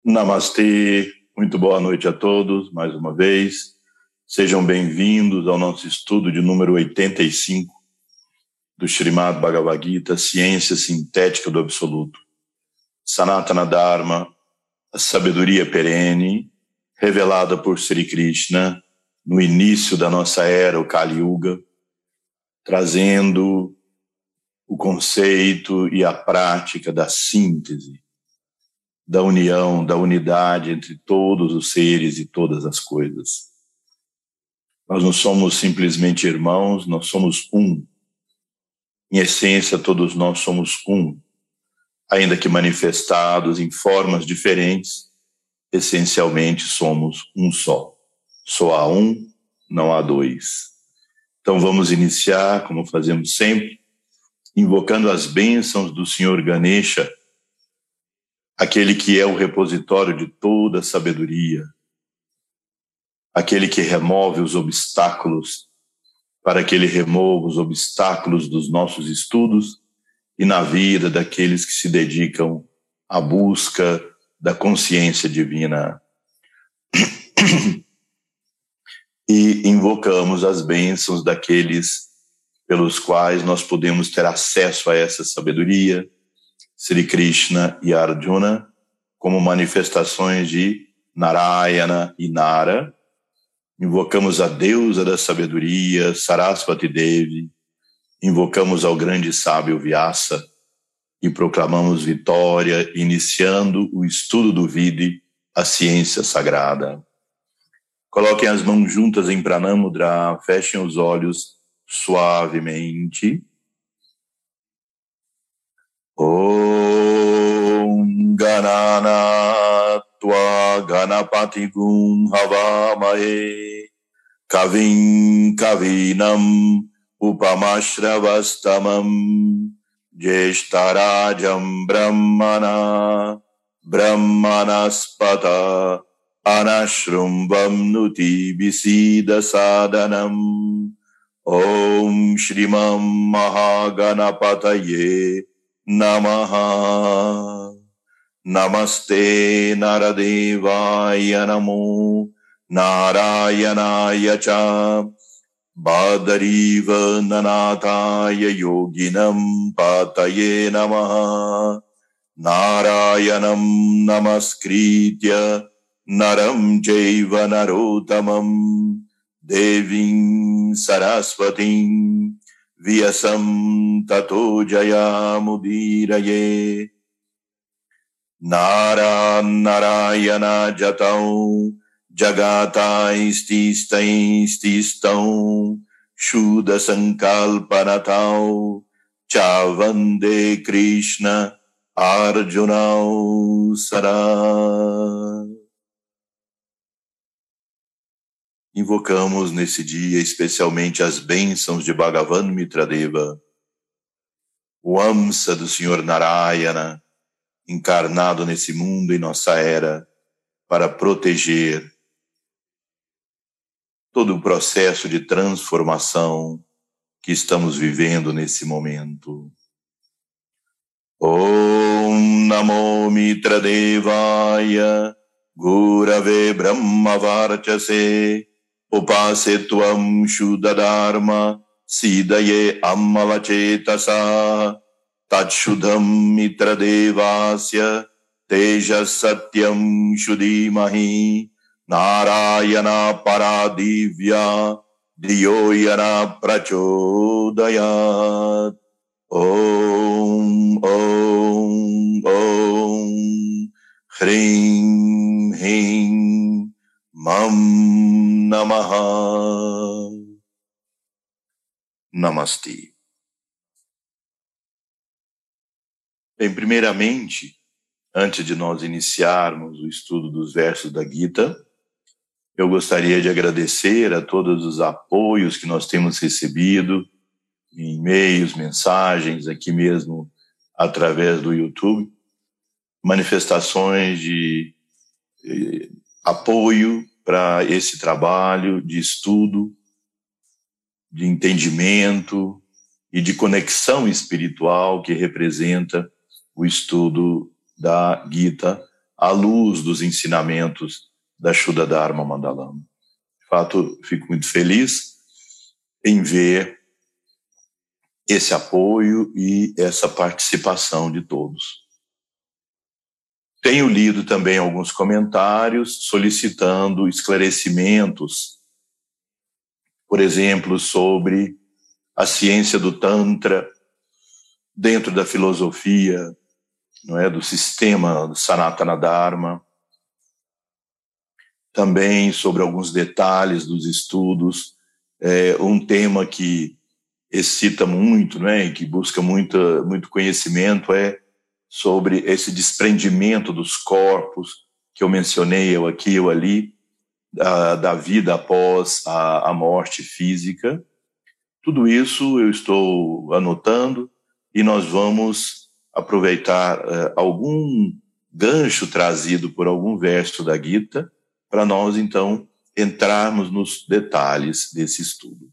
Namastê, muito boa noite a todos, mais uma vez. Sejam bem-vindos ao nosso estudo de número 85 do Srimad Bhagavad Gita, Ciência Sintética do Absoluto. Sanatana Dharma, a sabedoria perene, revelada por Sri Krishna no início da nossa era, o Kali Yuga, trazendo o conceito e a prática da síntese, da união, da unidade entre todos os seres e todas as coisas. Nós não somos simplesmente irmãos, nós somos um. Em essência, todos nós somos um, ainda que manifestados em formas diferentes, essencialmente somos um só. Só há um, não há dois. Então vamos iniciar, como fazemos sempre, invocando as bênçãos do Senhor Ganesha, aquele que é o repositório de toda a sabedoria, aquele que remove os obstáculos, para que ele remova os obstáculos dos nossos estudos e na vida daqueles que se dedicam à busca da consciência divina. E invocamos as bênçãos daqueles pelos quais nós podemos ter acesso a essa sabedoria, Sri Krishna e Arjuna, como manifestações de Narayana e Nara. Invocamos a deusa da sabedoria, Sarasvati Devi, invocamos ao grande sábio Vyasa e proclamamos vitória, iniciando o estudo do Vidi, a ciência sagrada. Coloquem as mãos juntas em Pranamudra, fechem os olhos suavemente. Om Ganana Tva Ganapati Gum Havamahe Kavim Kavinam Upamashravastamam Jeshtarajam Brahmanaspata Anashrumbam Nuti Visida Sadanam Om Shrimam Mahaganapataye Namaha. Namaste Naradevaya Namo Narayanaya Cha Badariva Nanataya Yoginam Pataye Namaha. Narayanam Namaskritya Naram Jaiva Narotamam Devim Sarasvatim Vyasam Tato Jayamudiraye. Narayana Jatau Jagata Ististam Shuddha Sankalpanatau Chavande Krishna Arjunau Sara. Invocamos nesse dia especialmente as bênçãos de Bhagavan Mitradeva, o Amsa do Senhor Narayana, encarnado nesse mundo em nossa era, para proteger todo o processo de transformação que estamos vivendo nesse momento. Om Namo Mitradevaya Gurave Brahmavarchase Upasetvam Shuddha Dharma Sidaye Amalacetasa Tatshudham Mitradevasya Teja Satyam Shuddhimahi Narayana Paradivya Diyoyana Prachodayat. Om Om Om Hrim Him Mam Namaha. Namastê. Bem, primeiramente, antes de nós iniciarmos o estudo dos versos da Gita, eu gostaria de agradecer a todos os apoios que nós temos recebido, em e-mails, mensagens, aqui mesmo através do YouTube, manifestações de apoio para esse trabalho de estudo, de entendimento e de conexão espiritual que representa o estudo da Gita à luz dos ensinamentos da Shuddha Dharma Mandalam. De fato, fico muito feliz em ver esse apoio e essa participação de todos. Tenho lido também alguns comentários solicitando esclarecimentos, por exemplo, sobre a ciência do Tantra dentro da filosofia, não é, do sistema do Sanatana Dharma, também sobre alguns detalhes dos estudos, um tema que excita muito, não é, e que busca muito conhecimento é sobre esse desprendimento dos corpos que eu mencionei, eu aqui, eu ali, da vida após a morte física. Tudo isso eu estou anotando e nós vamos aproveitar algum gancho trazido por algum verso da Gita para nós, então, entrarmos nos detalhes desse estudo.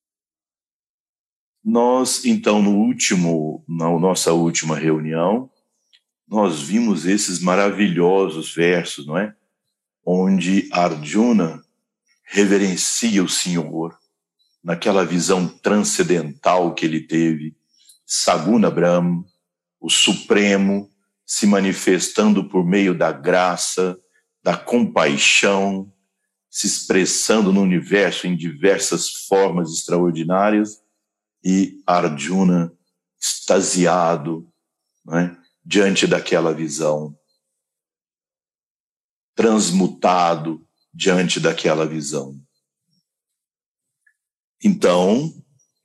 Nós, então, na nossa última reunião, nós vimos esses maravilhosos versos, não é? Onde Arjuna reverencia o Senhor, naquela visão transcendental que ele teve, Saguna Brahma, o Supremo, se manifestando por meio da graça, da compaixão, se expressando no universo em diversas formas extraordinárias, e Arjuna extasiado, não é? Diante daquela visão, transmutado diante daquela visão. Então,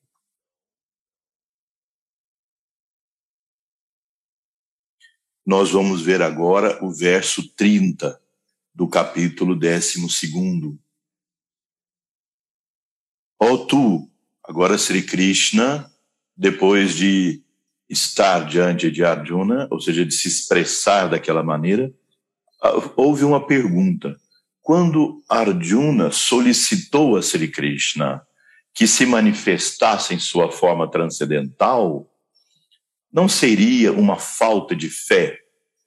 nós vamos ver agora o verso 30 do capítulo 12. Ó tu, agora Sri Krishna, depois de estar diante de Arjuna, ou seja, de se expressar daquela maneira, houve uma pergunta. Quando Arjuna solicitou a Sri Krishna que se manifestasse em sua forma transcendental, não seria uma falta de fé,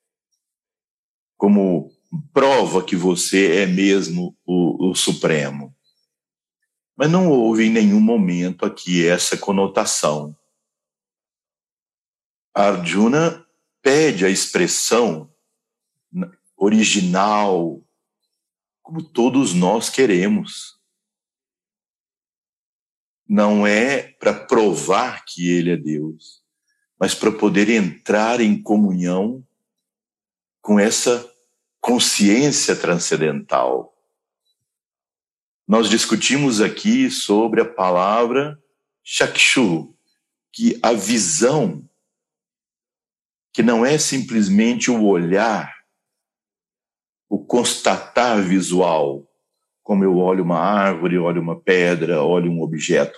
como prova que você é mesmo o Supremo? Mas não houve em nenhum momento aqui essa conotação. Arjuna pede a expressão original, como todos nós queremos. Não é para provar que ele é Deus, mas para poder entrar em comunhão com essa consciência transcendental. Nós discutimos aqui sobre a palavra chakshu, que a visão, que não é simplesmente o olhar, o constatar visual, como eu olho uma árvore, olho uma pedra, olho um objeto.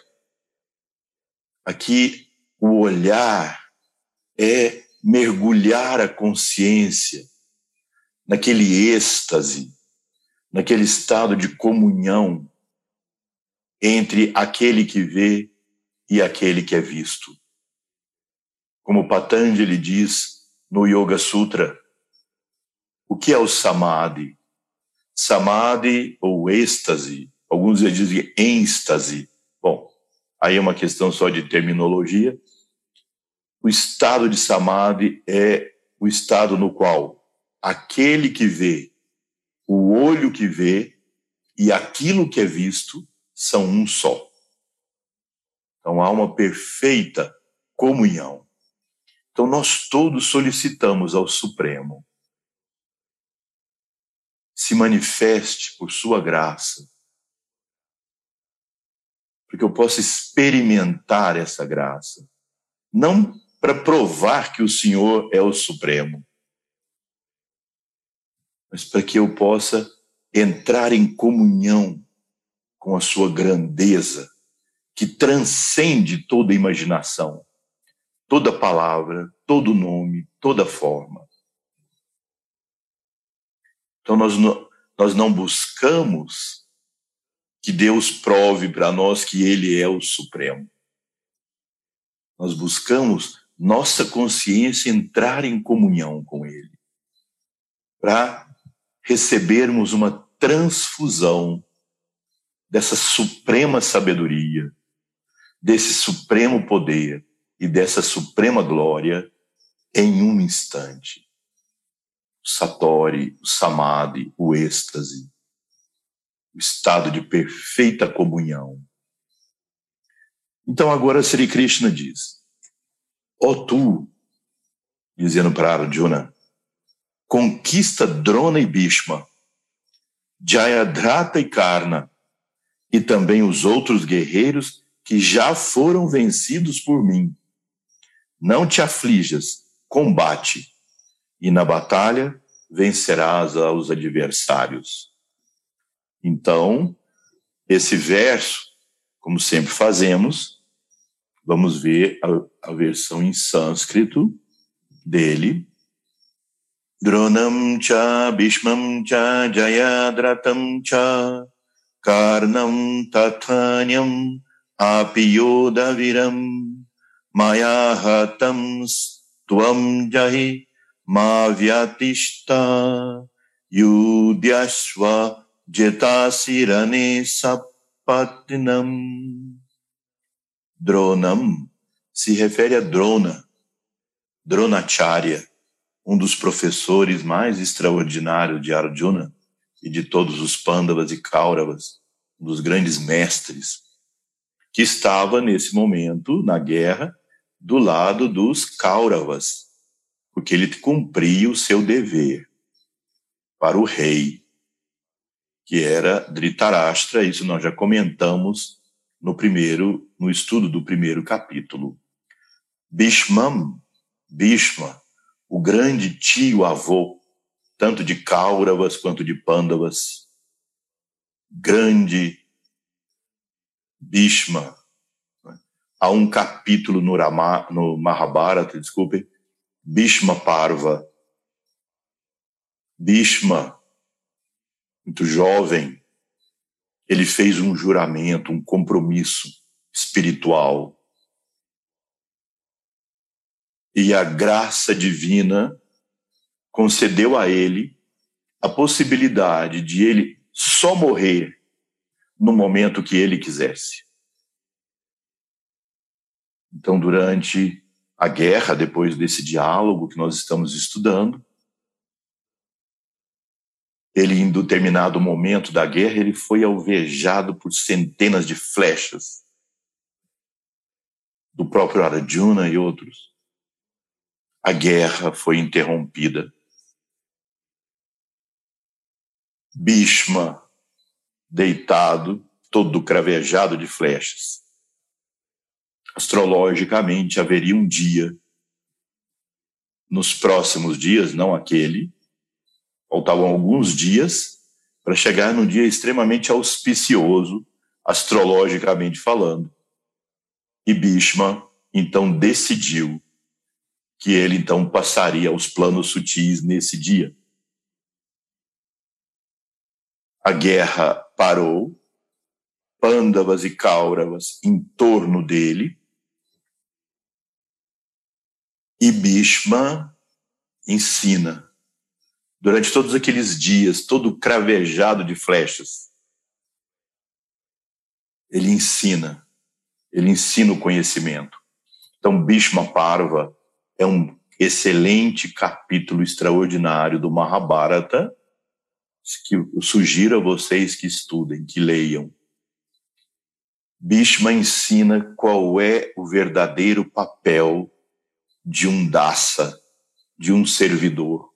Aqui, o olhar é mergulhar a consciência naquele êxtase, naquele estado de comunhão entre aquele que vê e aquele que é visto. Como Patanjali diz no Yoga Sutra, o que é o Samadhi? Samadhi ou êxtase, alguns dizem êxtase. Bom, aí é uma questão só de terminologia. O estado de Samadhi é o estado no qual aquele que vê, o olho que vê e aquilo que é visto são um só. Então há uma perfeita comunhão. Então nós todos solicitamos ao Supremo: se manifeste por sua graça, para que eu possa experimentar essa graça. Não para provar que o Senhor é o Supremo, mas para que eu possa entrar em comunhão com a sua grandeza, que transcende toda imaginação, toda palavra, todo nome, toda forma. Então nós não buscamos que Deus prove para nós que Ele é o Supremo. Nós buscamos nossa consciência entrar em comunhão com Ele, para recebermos uma transfusão dessa suprema sabedoria, desse supremo poder e dessa suprema glória em um instante. O satori, o samadhi, o êxtase, o estado de perfeita comunhão. Então agora Sri Krishna diz: ó tu, dizendo para Arjuna, conquista Drona e Bhishma, Jayadratha e Karna, e também os outros guerreiros que já foram vencidos por mim. Não te aflijas, combate, e na batalha vencerás aos adversários. Então, esse verso, como sempre fazemos, vamos ver a versão em sânscrito dele. Dronam cha Bhishmam cha Jayadratam cha Karnam tathanyam apiyodaviram mayahatam tvam jahi mavyatishta yudhyasva jetasirane sapatinam. Dronam se refere a Drona, Dronacharya, um dos professores mais extraordinários de Arjuna e de todos os Pandavas e Kauravas, um dos grandes mestres, que estava nesse momento na guerra do lado dos Kauravas, porque ele cumpria o seu dever para o rei, que era Dhritarashtra. Isso nós já comentamos no estudo do primeiro capítulo. Bhishma, o grande tio-avô, tanto de Kauravas quanto de Pandavas, grande Bhishma. Há um capítulo no Mahabharata, Bhishma Parva. Bhishma, muito jovem, ele fez um juramento, um compromisso espiritual. E a graça divina concedeu a ele a possibilidade de ele só morrer no momento que ele quisesse. Então, durante a guerra, depois desse diálogo que nós estamos estudando, ele, em determinado momento da guerra, ele foi alvejado por centenas de flechas do próprio Arjuna e outros. A guerra foi interrompida. Bhishma, deitado, todo cravejado de flechas. Astrologicamente, haveria um dia, nos próximos dias, não aquele, faltavam alguns dias para chegar num dia extremamente auspicioso, astrologicamente falando. E Bhishma, então, decidiu que ele, então, passaria aos planos sutis nesse dia. A guerra parou, Pandavas e Kauravas em torno dele, e Bhishma ensina. Durante todos aqueles dias, todo cravejado de flechas, ele ensina o conhecimento. Então, Bhishma Parva é um excelente capítulo extraordinário do Mahabharata, que eu sugiro a vocês que estudem, que leiam. Bhishma ensina qual é o verdadeiro papel de um dasa, de um servidor.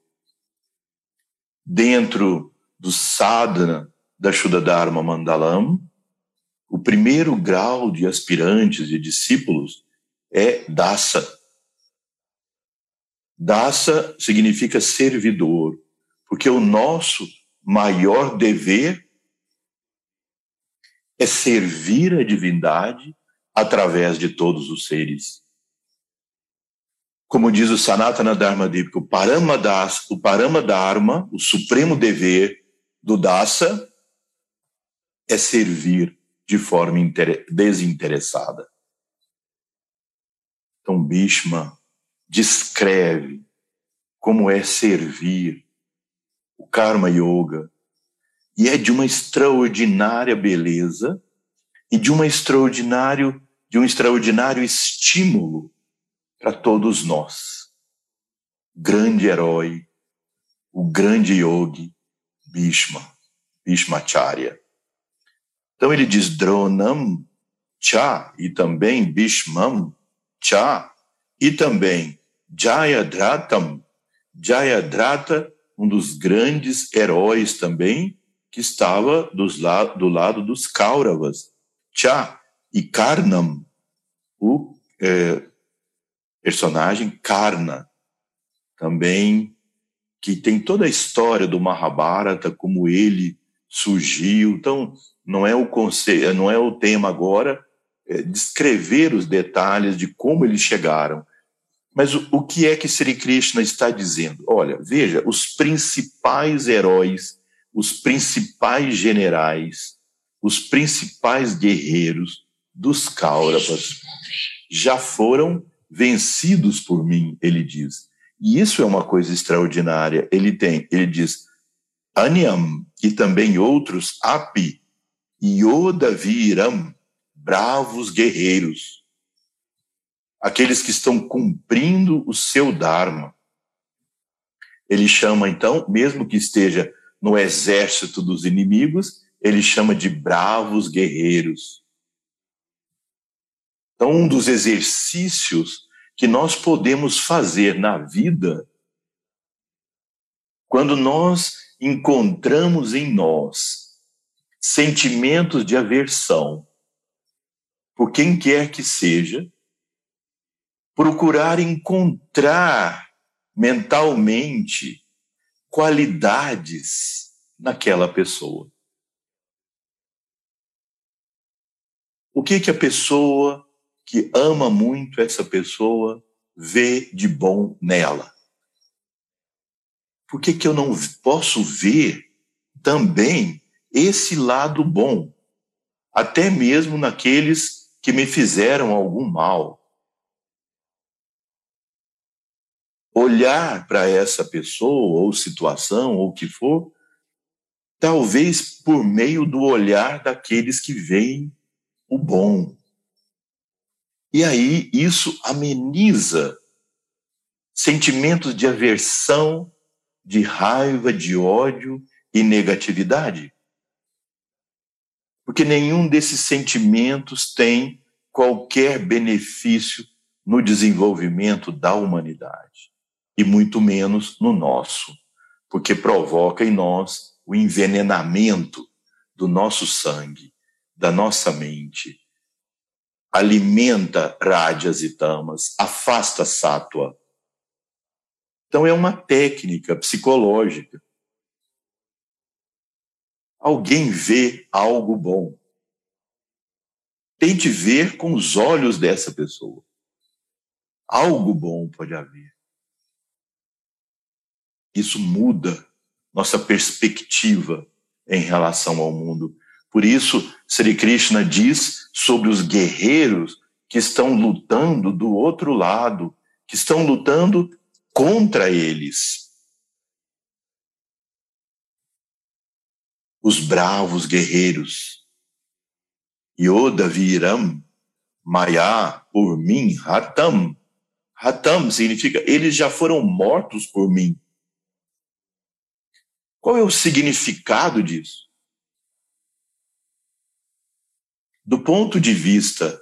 Dentro do sadhana da Shuddha-dharma Mandalam, o primeiro grau de aspirantes e discípulos é dasa. Dasa significa servidor, porque o nosso maior dever é servir a divindade através de todos os seres. Como diz o Sanatana Dharmadipika, o Parama Dharma, o supremo dever do Dasa, é servir de forma desinteressada. Então, Bhishma descreve como é servir o Karma Yoga, e é de uma extraordinária beleza e de um extraordinário estímulo para todos nós. Grande herói, o grande yogi Bhishmacharya. Então ele diz Dronam Cha e também Bhishmam Cha e também Jayadratha, um dos grandes heróis também, que estava do lado dos Kauravas. Cha e Karnam, o personagem Karna, também, que tem toda a história do Mahabharata, como ele surgiu. Então, não é o tema agora, descrever os detalhes de como eles chegaram. Mas o que é que Sri Krishna está dizendo? Olha, veja, os principais heróis, os principais generais, os principais guerreiros dos Kauravas já foram vencidos por mim, ele diz. E isso é uma coisa extraordinária. Ele diz, Anyam, e também outros, Api, Yodaviram, bravos guerreiros, aqueles que estão cumprindo o seu Dharma. Ele chama, então, mesmo que esteja no exército dos inimigos, ele chama de bravos guerreiros. Então, um dos exercícios que nós podemos fazer na vida, quando nós encontramos em nós sentimentos de aversão por quem quer que seja, procurar encontrar mentalmente qualidades naquela pessoa. O que a pessoa que ama muito essa pessoa vê de bom nela? Por que eu não posso ver também esse lado bom, até mesmo naqueles que me fizeram algum mal? Olhar para essa pessoa ou situação ou o que for, talvez por meio do olhar daqueles que veem o bom. E aí isso ameniza sentimentos de aversão, de raiva, de ódio e negatividade. Porque nenhum desses sentimentos tem qualquer benefício no desenvolvimento da humanidade, e muito menos no nosso, porque provoca em nós o envenenamento do nosso sangue, da nossa mente, alimenta rádias e tamas, afasta sátua. Então é uma técnica psicológica. Alguém vê algo bom. Tente ver com os olhos dessa pessoa. Algo bom pode haver. Isso muda nossa perspectiva em relação ao mundo. Por isso, Sri Krishna diz sobre os guerreiros que estão lutando do outro lado, que estão lutando contra eles. Os bravos guerreiros. Yodaviram, Maya, por mim, Hatam. Hatam significa, eles já foram mortos por mim. Qual é o significado disso? Do ponto de vista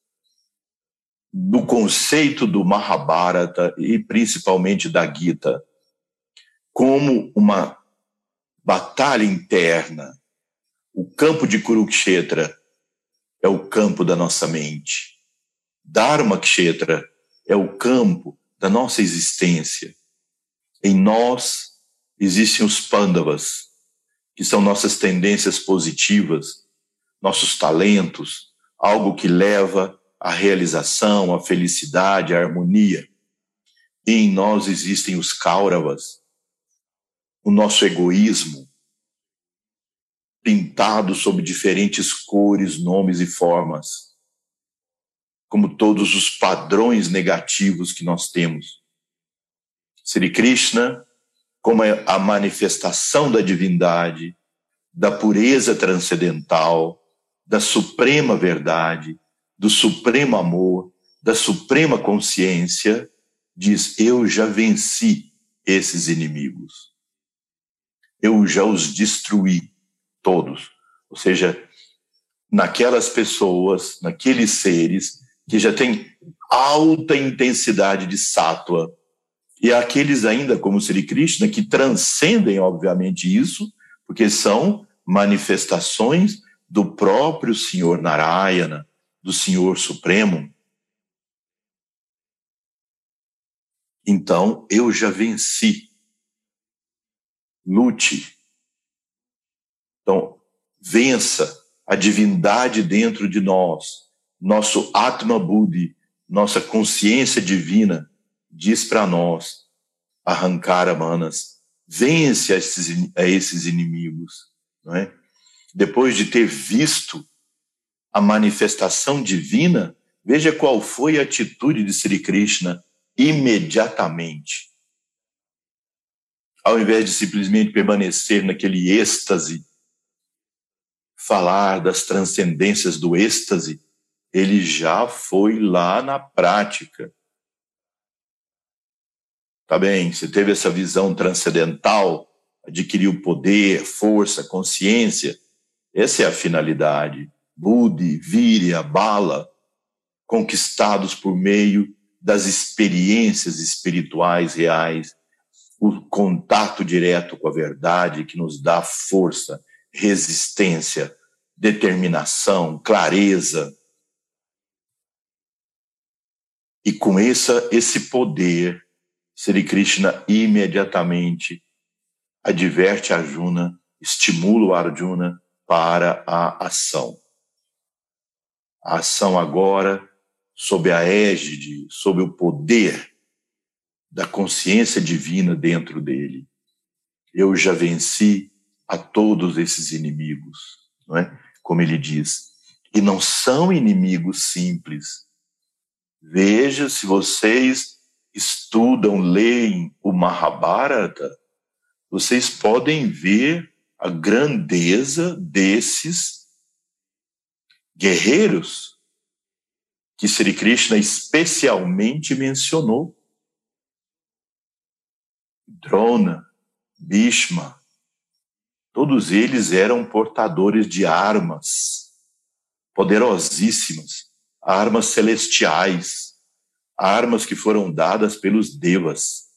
do conceito do Mahabharata e principalmente da Gita, como uma batalha interna, o campo de Kurukshetra é o campo da nossa mente. Dharmakshetra é o campo da nossa existência. Em nós existem os Pandavas, que são nossas tendências positivas, nossos talentos, algo que leva à realização, à felicidade, à harmonia. E em nós existem os Kauravas, o nosso egoísmo, pintado sob diferentes cores, nomes e formas, como todos os padrões negativos que nós temos. Sri Krishna como a manifestação da divindade, da pureza transcendental, da suprema verdade, do supremo amor, da suprema consciência, diz: eu já venci esses inimigos. Eu já os destruí todos. Ou seja, naquelas pessoas, naqueles seres que já têm alta intensidade de sattva, e aqueles ainda, como Sri Krishna, que transcendem, obviamente, isso, porque são manifestações do próprio Senhor Narayana, do Senhor Supremo. Então, eu já venci. Lute. Então, vença a divindade dentro de nós. Nosso Atma Buddhi, nossa consciência divina, diz para nós: Ahankara Manas, vence a esses inimigos. Não é? Depois de ter visto a manifestação divina, veja qual foi a atitude de Sri Krishna imediatamente. Ao invés de simplesmente permanecer naquele êxtase, falar das transcendências do êxtase, ele já foi lá na prática. Tá bem, você teve essa visão transcendental, adquiriu poder, força, consciência. Essa é a finalidade. Buddhi, Virya, Bala, conquistados por meio das experiências espirituais reais, o contato direto com a verdade que nos dá força, resistência, determinação, clareza. E com esse poder, Sri Krishna imediatamente adverte Arjuna, estimula o Arjuna para a ação. A ação agora, sob a égide, sob o poder da consciência divina dentro dele. Eu já venci a todos esses inimigos, não é? Como ele diz. E não são inimigos simples. Veja, se vocês estudam, leem o Mahabharata, vocês podem ver a grandeza desses guerreiros que Sri Krishna especialmente mencionou. Drona, Bhishma, todos eles eram portadores de armas poderosíssimas, armas celestiais, armas que foram dadas pelos devas.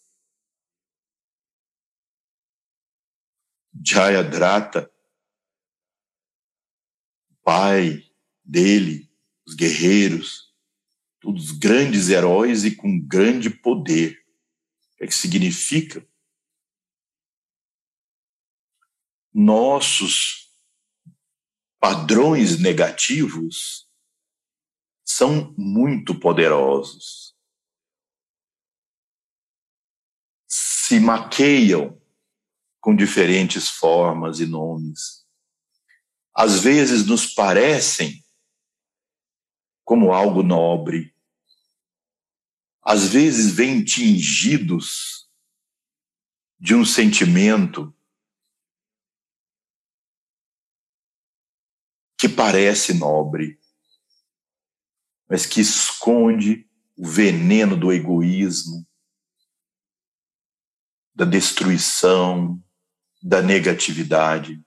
Jayadratha, pai dele, os guerreiros, todos grandes heróis e com grande poder. O que significa? Nossos padrões negativos são muito poderosos. Se maqueiam com diferentes formas e nomes. Às vezes nos parecem como algo nobre. Às vezes vêm tingidos de um sentimento que parece nobre, mas que esconde o veneno do egoísmo, da destruição, da negatividade.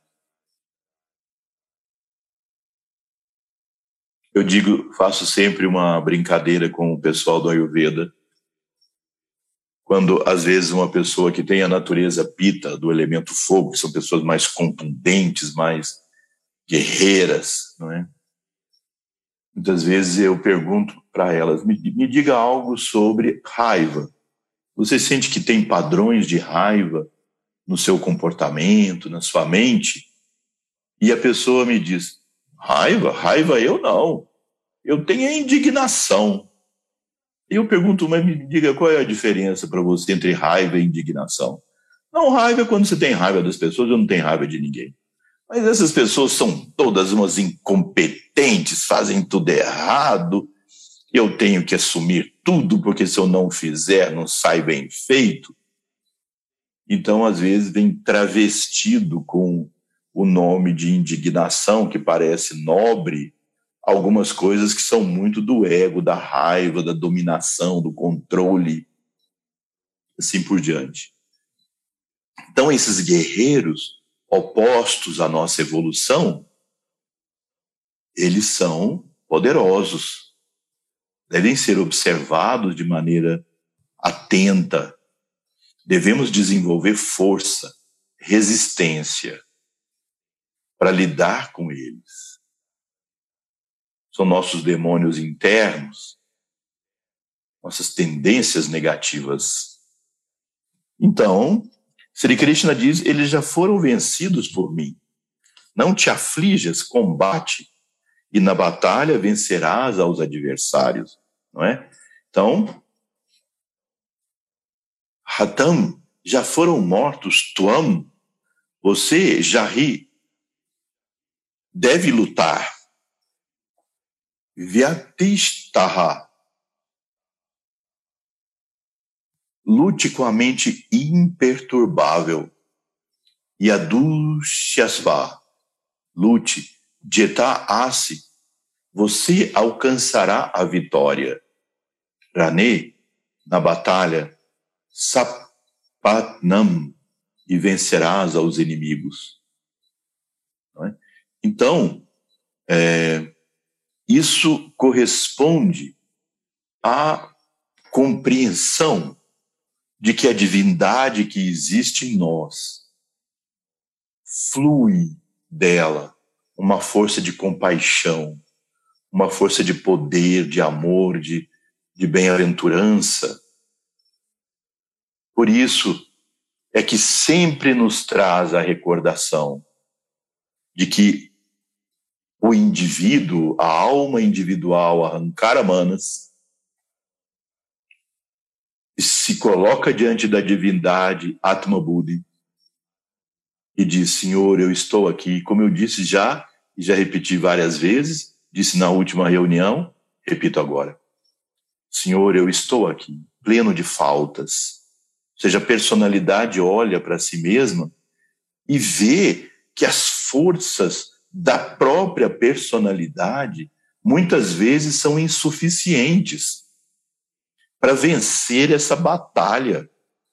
Eu digo, faço sempre uma brincadeira com o pessoal do Ayurveda, quando às vezes uma pessoa que tem a natureza pita, do elemento fogo, que são pessoas mais contundentes, mais guerreiras, não é? Muitas vezes eu pergunto para elas, me diga algo sobre raiva. Você sente que tem padrões de raiva no seu comportamento, na sua mente? E a pessoa me diz, raiva eu não. Eu tenho a indignação. E eu pergunto, mas me diga qual é a diferença para você entre raiva e indignação? Não, raiva é quando você tem raiva das pessoas, eu não tenho raiva de ninguém. Mas essas pessoas são todas umas incompetentes, fazem tudo errado. Eu tenho que assumir tudo, porque se eu não fizer, não sai bem feito. Então, às vezes, vem travestido com o nome de indignação, que parece nobre, algumas coisas que são muito do ego, da raiva, da dominação, do controle, assim por diante. Então, esses guerreiros opostos à nossa evolução, eles são poderosos, devem ser observados de maneira atenta. Devemos desenvolver força, resistência para lidar com eles. São nossos demônios internos, nossas tendências negativas. Então, Sri Krishna diz, eles já foram vencidos por mim. Não te aflijas, combate, e na batalha vencerás aos adversários, não é? Então, Hatam, já foram mortos, Tuam, você, Jari, deve lutar. Vyatishtaha, lute com a mente imperturbável. Yadushyasva, lute. Jeta Asi, você alcançará a vitória. Rane, na batalha, Sapatnam, e vencerás aos inimigos. Não é? Então, isso corresponde à compreensão de que a divindade que existe em nós flui dela uma força de compaixão, uma força de poder, de amor, de bem-aventurança. Por isso é que sempre nos traz a recordação de que o indivíduo, a alma individual, a Ahankara Manas, se coloca diante da divindade Atma Buddhi e diz, Senhor, eu estou aqui, como eu disse já, e já repeti várias vezes, disse na última reunião, repito agora, Senhor, eu estou aqui, pleno de faltas. Ou seja, a personalidade olha para si mesma e vê que as forças da própria personalidade muitas vezes são insuficientes para vencer essa batalha,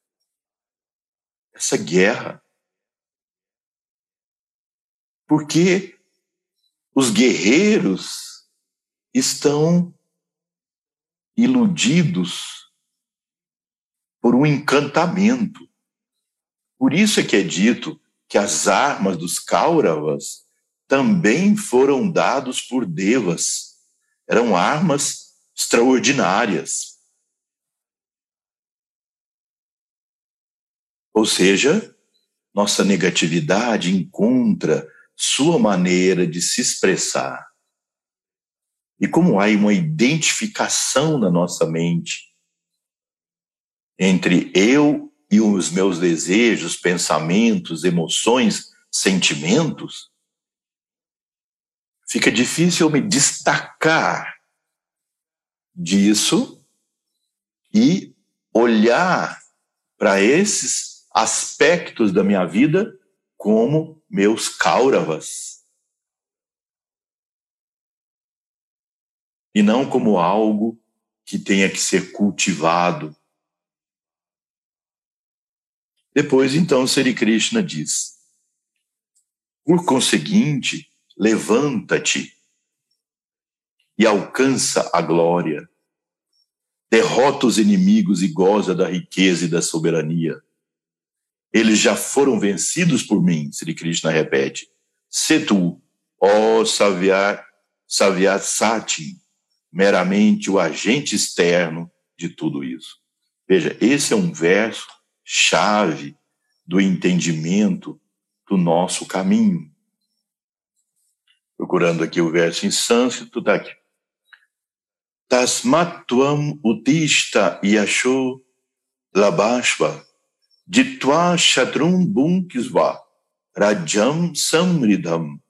essa guerra. Porque os guerreiros estão iludidos por um encantamento. Por isso é que é dito que as armas dos Kauravas também foram dados por devas. Eram armas extraordinárias. Ou seja, nossa negatividade encontra sua maneira de se expressar. E como há uma identificação na nossa mente entre eu e os meus desejos, pensamentos, emoções, sentimentos, fica difícil eu me destacar disso e olhar para esses aspectos da minha vida como meus Kauravas. E não como algo que tenha que ser cultivado. Depois, então, Sri Krishna diz, por conseguinte, levanta-te e alcança a glória. Derrota os inimigos e goza da riqueza e da soberania. Eles já foram vencidos por mim, Sri Krishna repete. Se tu, ó Savyasati, meramente o agente externo de tudo isso. Veja, esse é um verso chave do entendimento do nosso caminho. Procurando aqui o verso em sânscrito, está aqui. Tasmat tvam utishta yasho labashva jitva shatrum bunkisva rajam samridham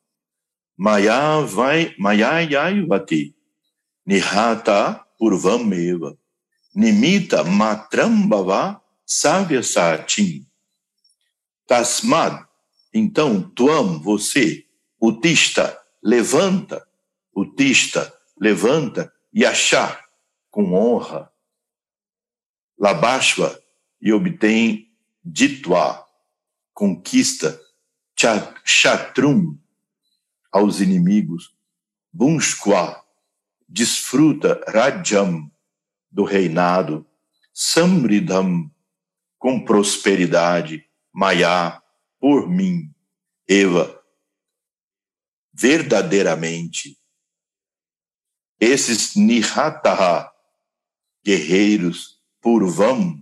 mayayayvati nihata purvameva nimita matram bhava savyasachim. Tasmad, então, tuam, você, utista, levanta, yasha, com honra, labashva, e obtém ditva, conquista, shatrum, aos inimigos, bunshkwa, desfruta, rajam, do reinado, samridham, com prosperidade, maya, por mim, Eva, verdadeiramente, esses nihataha, guerreiros, purvam,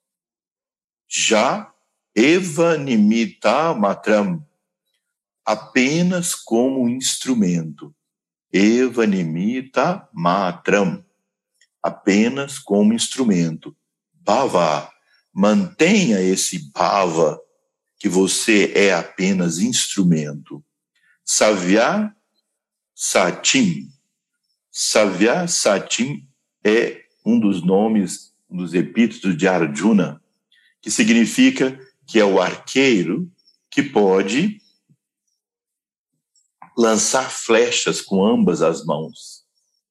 já eva nimita matram, apenas como instrumento, eva nimita matram, apenas como instrumento, bhava, mantenha esse bhava, que você é apenas instrumento. Savya Satim. Savya Satim é um dos nomes, um dos epítetos de Arjuna, que significa que é o arqueiro que pode lançar flechas com ambas as mãos.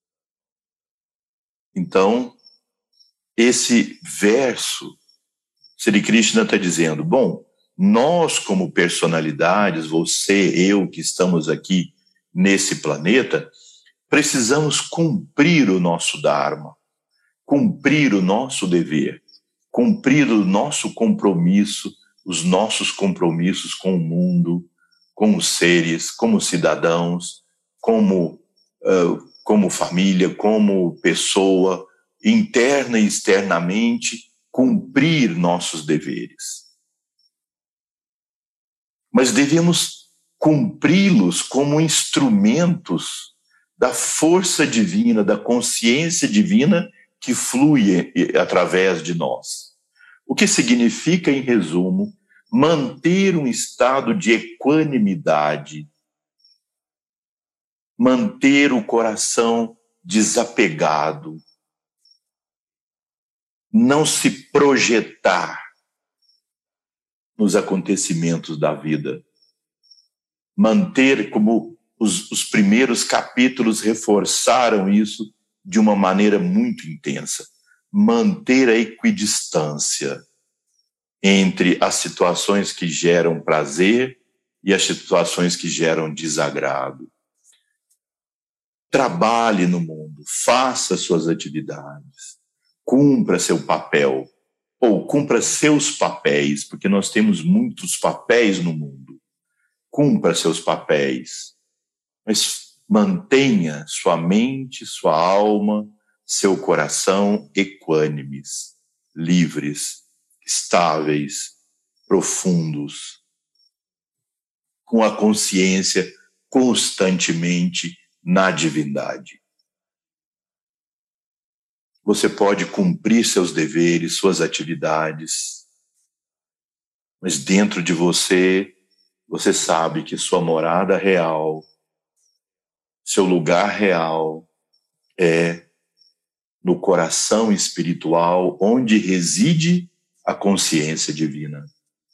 Então, esse verso, Sri Krishna está dizendo, bom, nós como personalidades, você, eu que estamos aqui nesse planeta, precisamos cumprir o nosso dharma, cumprir o nosso dever, cumprir o nosso compromisso, os nossos compromissos com o mundo, com os seres, como cidadãos, como família, como pessoa, interna e externamente, cumprir nossos deveres. Mas devemos cumpri-los como instrumentos da força divina, da consciência divina que flui através de nós. O que significa, em resumo, manter um estado de equanimidade, manter o coração desapegado, não se projetar nos acontecimentos da vida. Manter, como os primeiros capítulos reforçaram isso de uma maneira muito intensa, manter a equidistância entre as situações que geram prazer e as situações que geram desagrado. Trabalhe no mundo, faça suas atividades, cumpra seu papel, ou cumpra seus papéis, porque nós temos muitos papéis no mundo. Cumpra seus papéis, mas mantenha sua mente, sua alma, seu coração equânimes, livres, estáveis, profundos, com a consciência constantemente na divindade. Você pode cumprir seus deveres, suas atividades, mas dentro de você, você sabe que sua morada real, seu lugar real é no coração espiritual, onde reside a consciência divina.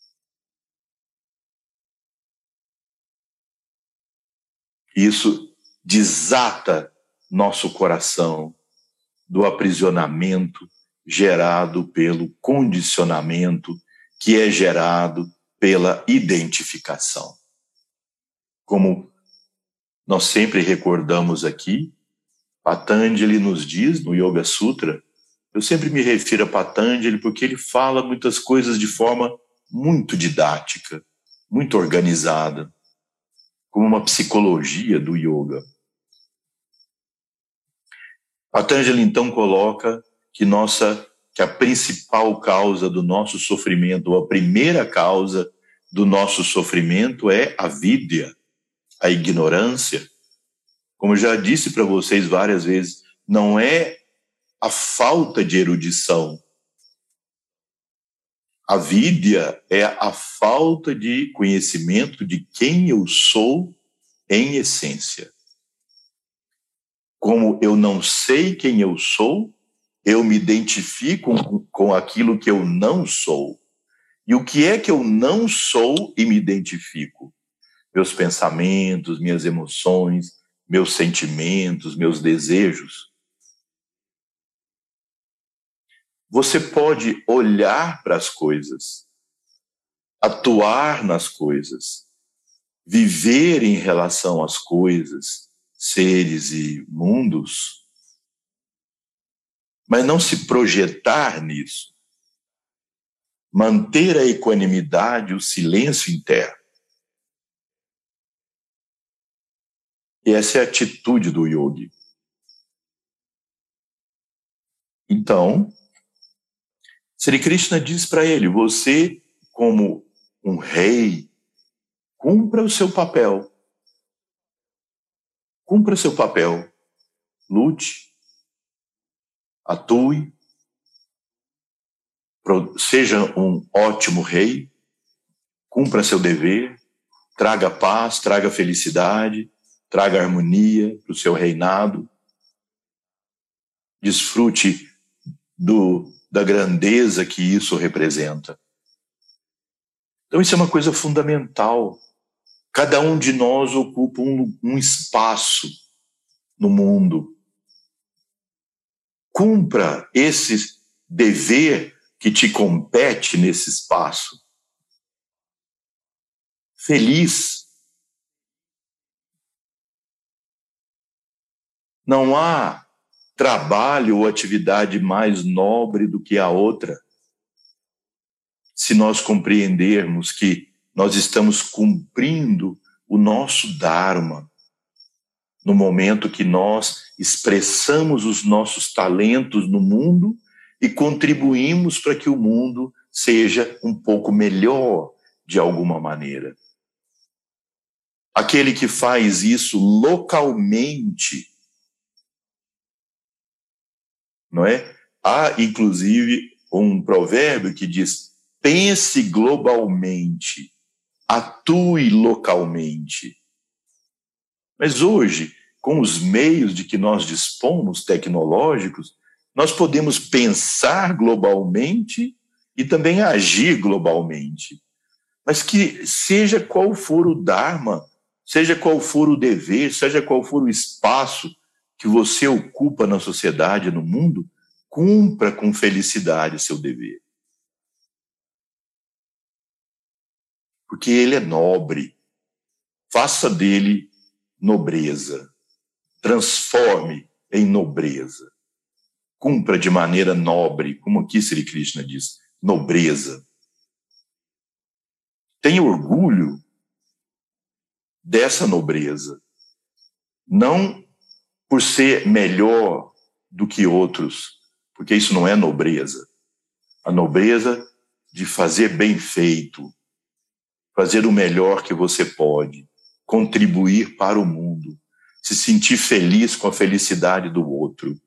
Isso desata nosso coração do aprisionamento gerado pelo condicionamento, que é gerado pela identificação. Como nós sempre recordamos aqui, Patanjali nos diz no Yoga Sutra, eu sempre me refiro a Patanjali porque ele fala muitas coisas de forma muito didática, muito organizada, como uma psicologia do yoga. Patanjali então coloca que a principal causa do nosso sofrimento, ou a primeira causa do nosso sofrimento é a vidya, a ignorância. Como eu já disse para vocês várias vezes, não é a falta de erudição. A vidya é a falta de conhecimento de quem eu sou em essência. Como eu não sei quem eu sou, eu me identifico com aquilo que eu não sou. E o que é que eu não sou e me identifico? Meus pensamentos, minhas emoções, meus sentimentos, meus desejos. Você pode olhar para as coisas, atuar nas coisas, viver em relação às coisas, seres e mundos, mas não se projetar nisso. Manter a equanimidade, o silêncio interno. E essa é a atitude do yogi. Então, Sri Krishna diz para ele, você, como um rei, cumpra o seu papel. Cumpra o seu papel. Lute, atue, seja um ótimo rei, cumpra seu dever, traga paz, traga felicidade, traga harmonia para o seu reinado, desfrute da grandeza que isso representa. Então isso é uma coisa fundamental. Cada um de nós ocupa um espaço no mundo. Cumpra esse dever que te compete nesse espaço. Feliz. Não há trabalho ou atividade mais nobre do que a outra. Se nós compreendermos que nós estamos cumprindo o nosso Dharma, no momento que nós expressamos os nossos talentos no mundo e contribuímos para que o mundo seja um pouco melhor de alguma maneira. Aquele que faz isso localmente, não é? Há, inclusive, um provérbio que diz: pense globalmente, atue localmente. Mas hoje, com os meios de que nós dispomos tecnológicos, nós podemos pensar globalmente e também agir globalmente. Mas que seja qual for o Dharma, seja qual for o dever, seja qual for o espaço que você ocupa na sociedade, no mundo, cumpra com felicidade seu dever. Porque ele é nobre. Faça dele nobreza. Transforme em nobreza. Cumpra de maneira nobre, como aqui Sri Krishna diz, nobreza. Tenha orgulho dessa nobreza. Não por ser melhor do que outros, porque isso não é nobreza. A nobreza de fazer bem feito, fazer o melhor que você pode, contribuir para o mundo, se sentir feliz com a felicidade do outro.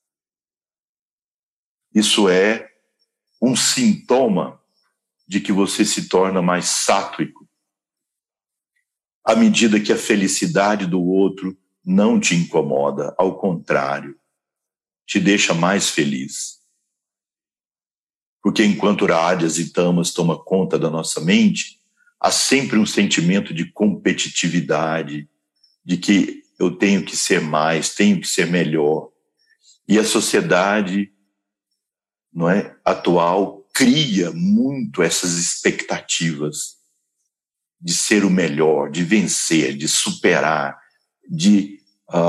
Isso é um sintoma de que você se torna mais sátrico, à medida que a felicidade do outro não te incomoda, ao contrário, te deixa mais feliz. Porque enquanto rádias e tamas toma conta da nossa mente, há sempre um sentimento de competitividade, de que eu tenho que ser mais, tenho que ser melhor. E a sociedade, não é, atual cria muito essas expectativas de ser o melhor, de vencer, de superar, de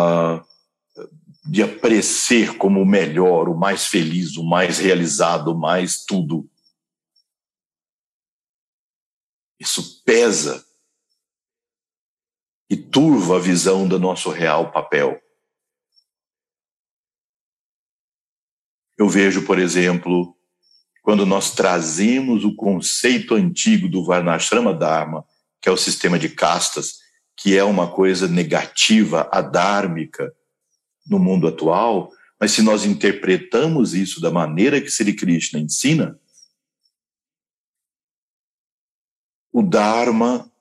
aparecer como o melhor, o mais feliz, o mais realizado, o mais tudo. Isso pesa e turva a visão do nosso real papel. Eu vejo, por exemplo, quando nós trazemos o conceito antigo do Varnashrama Dharma, que é o sistema de castas, que é uma coisa negativa, adármica no mundo atual, mas se nós interpretamos isso da maneira que Sri Krishna ensina, o Dharma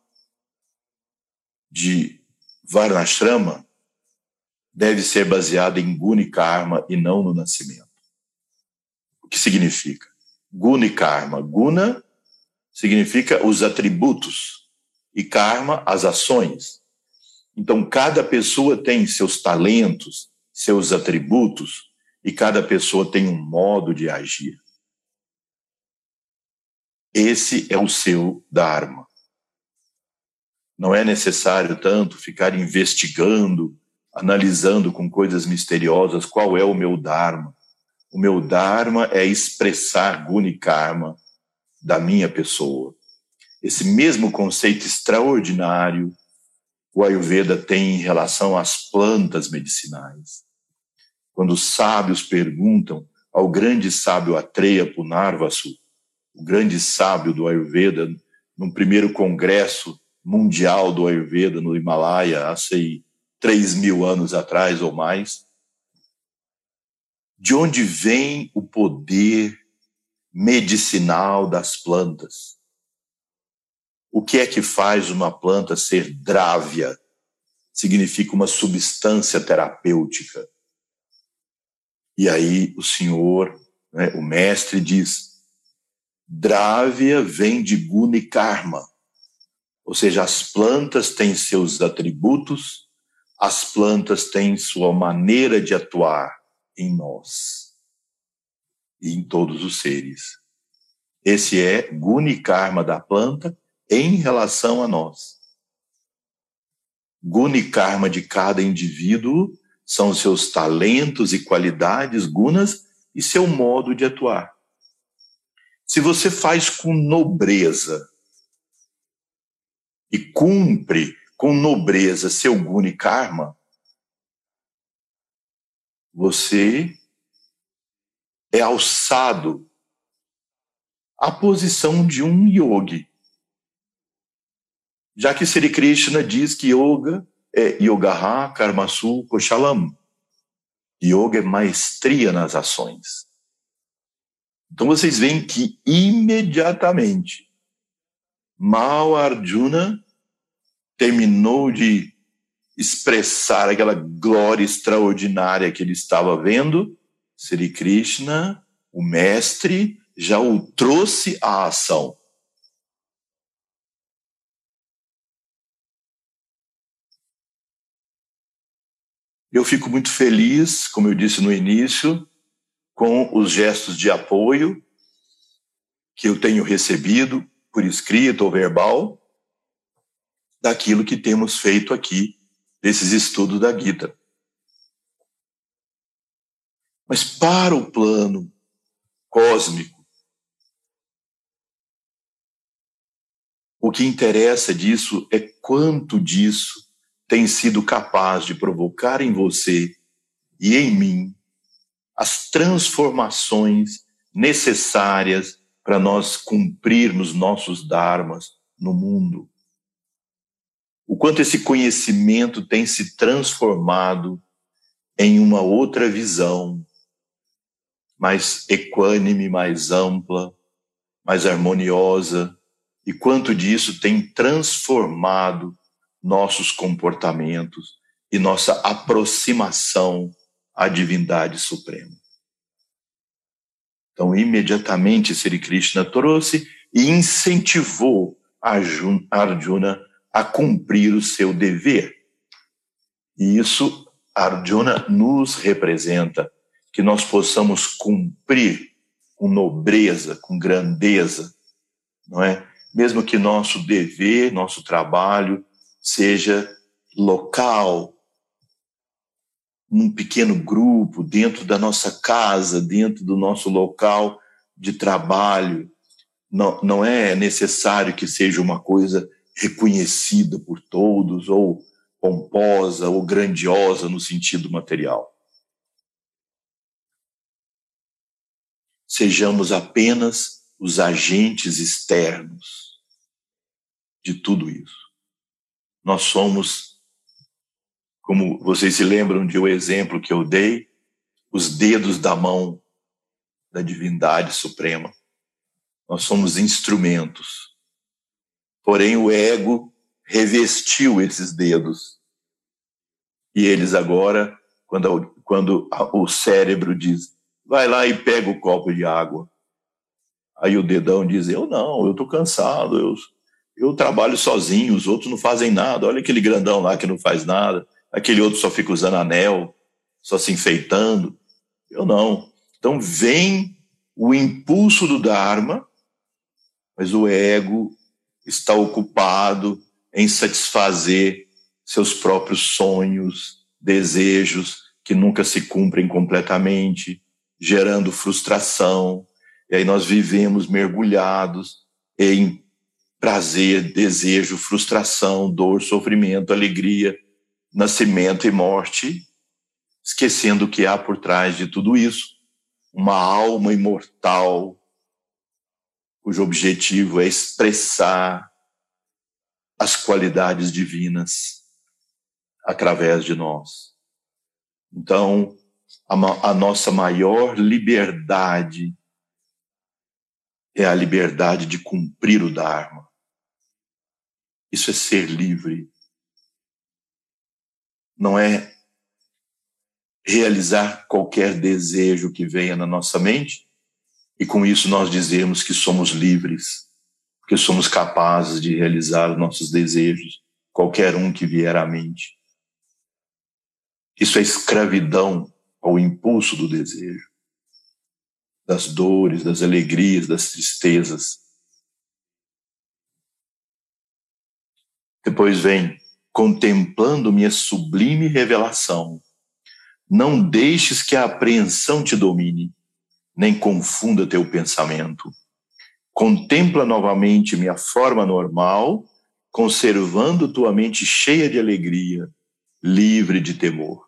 de Varnashrama deve ser baseado em guna e karma e não no nascimento. O que significa? Guna e karma. Guna significa os atributos, e karma, as ações. Então, cada pessoa tem seus talentos, seus atributos, e cada pessoa tem um modo de agir. Esse é o seu Dharma. Não é necessário tanto ficar investigando, analisando com coisas misteriosas qual é o meu Dharma. O meu Dharma é expressar Guna e Karma da minha pessoa. Esse mesmo conceito extraordinário o Ayurveda tem em relação às plantas medicinais. Quando os sábios perguntam ao grande sábio Atreya Punarvasu, o grande sábio do Ayurveda, no primeiro congresso mundial do Ayurveda no Himalaia, há 3.000 anos atrás ou mais, de onde vem o poder medicinal das plantas? O que é que faz uma planta ser drávia? Significa uma substância terapêutica. E aí o senhor, o mestre diz, drávia vem de Guna e Karma. Ou seja, as plantas têm seus atributos, as plantas têm sua maneira de atuar em nós e em todos os seres. Esse é Guna e Karma da planta em relação a nós. Guna e Karma de cada indivíduo são seus talentos e qualidades, gunas, e seu modo de atuar. Se você faz com nobreza e cumpre com nobreza seu Guna e Karma, você é alçado à posição de um yogi. Já que Sri Krishna diz que yoga é yogaha karmasu koshalam. Yoga é maestria nas ações. Então vocês veem que imediatamente mal Arjuna terminou de expressar aquela glória extraordinária que ele estava vendo, Sri Krishna, o mestre, já o trouxe à ação. Eu fico muito feliz, como eu disse no início, com os gestos de apoio que eu tenho recebido por escrito ou verbal daquilo que temos feito aqui, desses estudos da Gita. Mas para o plano cósmico, o que interessa disso é quanto disso tem sido capaz de provocar em você e em mim as transformações necessárias para nós cumprirmos nossos dharmas no mundo. O quanto esse conhecimento tem se transformado em uma outra visão, mais equânime, mais ampla, mais harmoniosa, e quanto disso tem transformado nossos comportamentos e nossa aproximação à divindade suprema. Então, imediatamente, Sri Krishna trouxe e incentivou Arjuna a cumprir o seu dever. E isso, Arjuna nos representa, que nós possamos cumprir com nobreza, com grandeza, não é? Mesmo que nosso dever, nosso trabalho seja local, num pequeno grupo, dentro da nossa casa, dentro do nosso local de trabalho. Não é necessário que seja uma coisa reconhecida por todos, ou pomposa, ou grandiosa no sentido material. Sejamos apenas os agentes externos de tudo isso. Nós somos, como vocês se lembram de um exemplo que eu dei, os dedos da mão da divindade suprema. Nós somos instrumentos. Porém, o ego revestiu esses dedos. E eles agora, quando o cérebro diz, vai lá e pega o copo de água, Aí o dedão diz, eu não, eu estou cansado, eu trabalho sozinho, os outros não fazem nada. Olha aquele grandão lá que não faz nada, aquele outro só fica usando anel, só se enfeitando. Eu não. Então vem o impulso do Dharma, mas o ego está ocupado em satisfazer seus próprios sonhos, desejos que nunca se cumprem completamente, gerando frustração. E aí nós vivemos mergulhados em prazer, desejo, frustração, dor, sofrimento, alegria, nascimento e morte, esquecendo que há por trás de tudo isso uma alma imortal, cujo objetivo é expressar as qualidades divinas através de nós. Então, a nossa maior liberdade é a liberdade de cumprir o Dharma. Isso é ser livre. Não é realizar qualquer desejo que venha na nossa mente e com isso nós dizemos que somos livres, porque somos capazes de realizar os nossos desejos, qualquer um que vier à mente. Isso é escravidão ao impulso do desejo, das dores, das alegrias, das tristezas. Depois vem, contemplando minha sublime revelação, não deixes que a apreensão te domine, nem confunda teu pensamento. Contempla novamente minha forma normal, conservando tua mente cheia de alegria, livre de temor.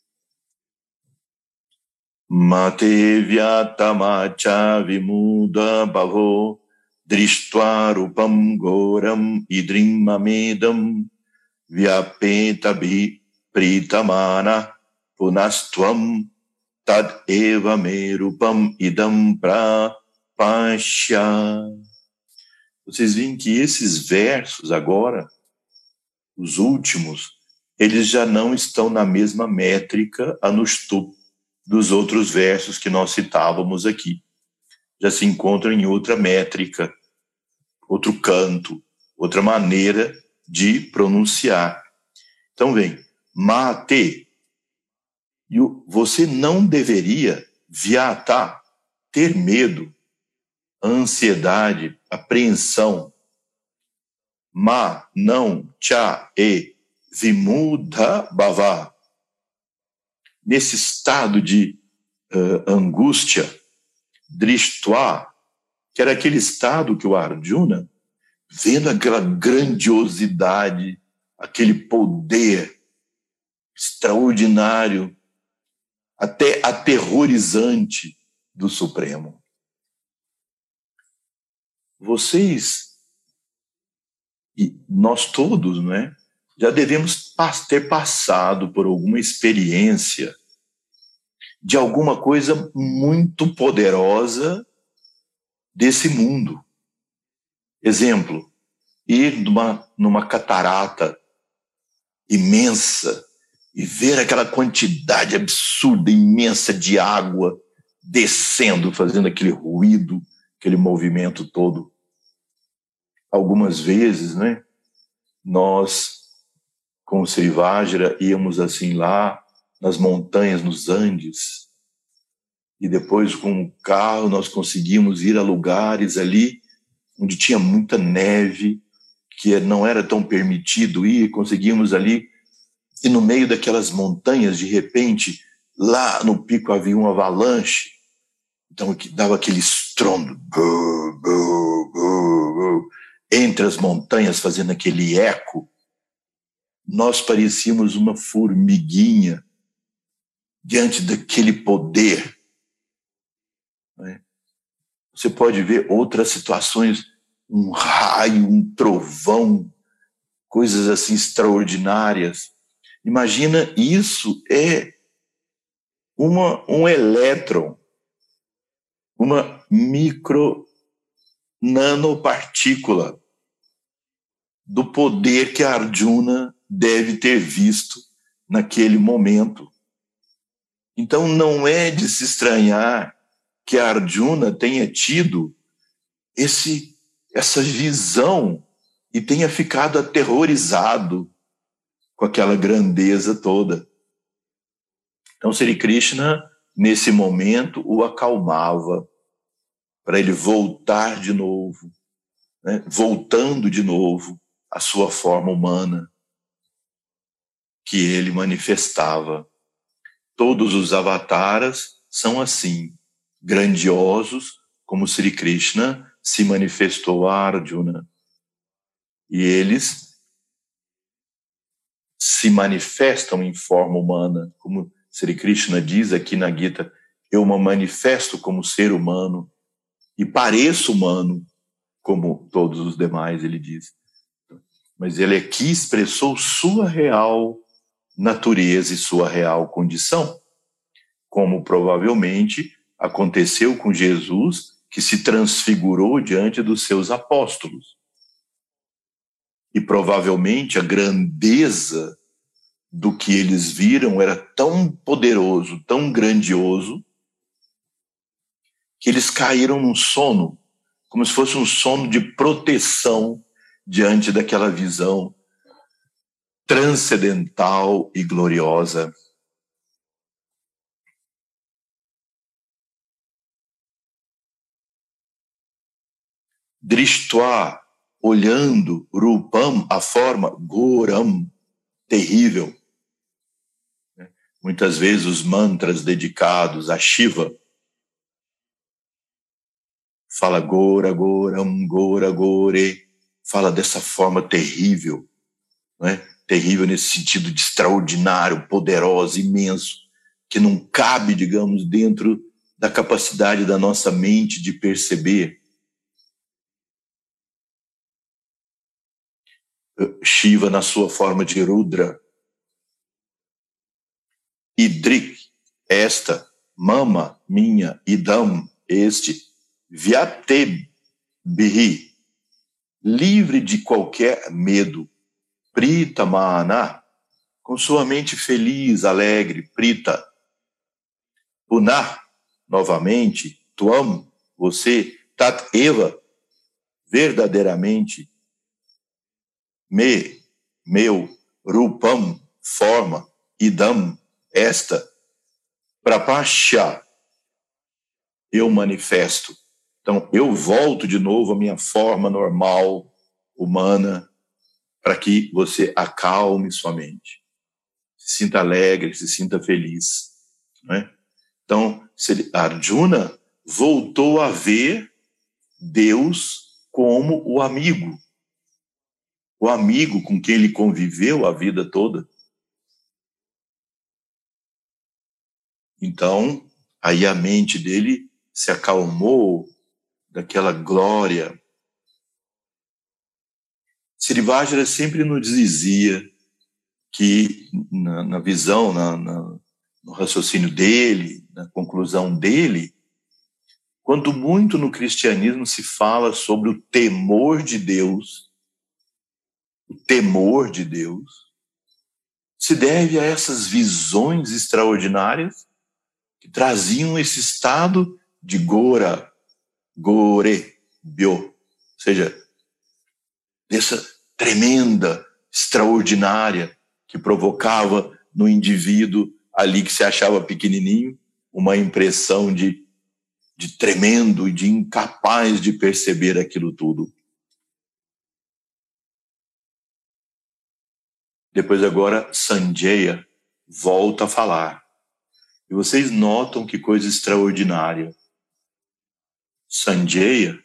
Mate vyatamacha vimuda bhavo drishtva rupam goram idrimamedam vyapeta pritamana punastvam tad eva me rupam idam prapashya. Vocês veem que esses versos agora, os últimos, eles já não estão na mesma métrica anushtup dos outros versos que nós citávamos aqui. Já se encontram em outra métrica, outro canto, outra maneira de pronunciar. Então vem, mate. E você não deveria vyata, ter medo, ansiedade, apreensão. Ma, não, cha, e, vimuda, bhava. Nesse estado de angústia, drishtva, que era aquele estado que o Arjuna, vendo aquela grandiosidade, aquele poder extraordinário, até aterrorizante do Supremo. Vocês, e nós todos, não é? Já devemos ter passado por alguma experiência de alguma coisa muito poderosa desse mundo. Exemplo, ir numa catarata imensa e ver aquela quantidade absurda, imensa de água descendo, fazendo aquele ruído, aquele movimento todo. Algumas vezes, né, nós, com o Sri Vajra, íamos assim lá nas montanhas, nos Andes, e depois com o carro nós conseguimos ir a lugares ali onde tinha muita neve, que não era tão permitido ir, conseguimos ali, e no meio daquelas montanhas, de repente, lá no pico havia uma avalanche, então que dava aquele estrondo, entre as montanhas, fazendo aquele eco. Nós parecíamos uma formiguinha diante daquele poder. Você pode ver outras situações, um raio, um trovão, coisas assim extraordinárias. Imagina, isso é um elétron, uma micro nanopartícula do poder que Arjuna deve ter visto naquele momento. Então não é de se estranhar que Arjuna tenha tido essa visão e tenha ficado aterrorizado com aquela grandeza toda. Então, Sri Krishna, nesse momento, o acalmava para ele voltar de novo, né? Voltando de novo à sua forma humana que ele manifestava. Todos os avataras são assim, grandiosos, como Sri Krishna se manifestou a Arjuna. E eles se manifestam em forma humana, como Sri Krishna diz aqui na Gita, eu me manifesto como ser humano e pareço humano como todos os demais, ele diz. Mas ele aqui expressou sua real natureza e sua real condição, como provavelmente aconteceu com Jesus, que se transfigurou diante dos seus apóstolos. E provavelmente a grandeza do que eles viram era tão poderoso, tão grandioso, que eles caíram num sono, como se fosse um sono de proteção diante daquela visão transcendental e gloriosa. Drishtva, olhando, Rupam, a forma, Goram, terrível. Muitas vezes os mantras dedicados a Shiva fala Gora, Goram, Gora, Gore, fala dessa forma terrível, não é? Terrível nesse sentido de extraordinário, poderoso, imenso, que não cabe, digamos, dentro da capacidade da nossa mente de perceber. Shiva na sua forma de Rudra. Idrik, esta, mama, minha, idam, este, vyate bihi, livre de qualquer medo, prita mana, com sua mente feliz, alegre, prita, punah, novamente, tuam, você, tat eva, verdadeiramente, meu, rupam, forma, idam, esta, prapasya, eu manifesto. Então, eu volto de novo à minha forma normal, humana, para que você acalme sua mente. Se sinta alegre, se sinta feliz. Não é? Então, Arjuna voltou a ver Deus como o amigo com quem ele conviveu a vida toda. Então, aí a mente dele se acalmou daquela glória. Srivajra sempre nos dizia que na visão, no raciocínio dele, na conclusão dele, quando muito no cristianismo se fala sobre o temor de Deus, se deve a essas visões extraordinárias que traziam esse estado de Gora, Gore, Bio, ou seja, dessa tremenda, extraordinária, que provocava no indivíduo ali que se achava pequenininho, uma impressão de tremendo e de incapaz de perceber aquilo tudo. Depois agora Sanjaya volta a falar. E vocês notam que coisa extraordinária. Sanjaya,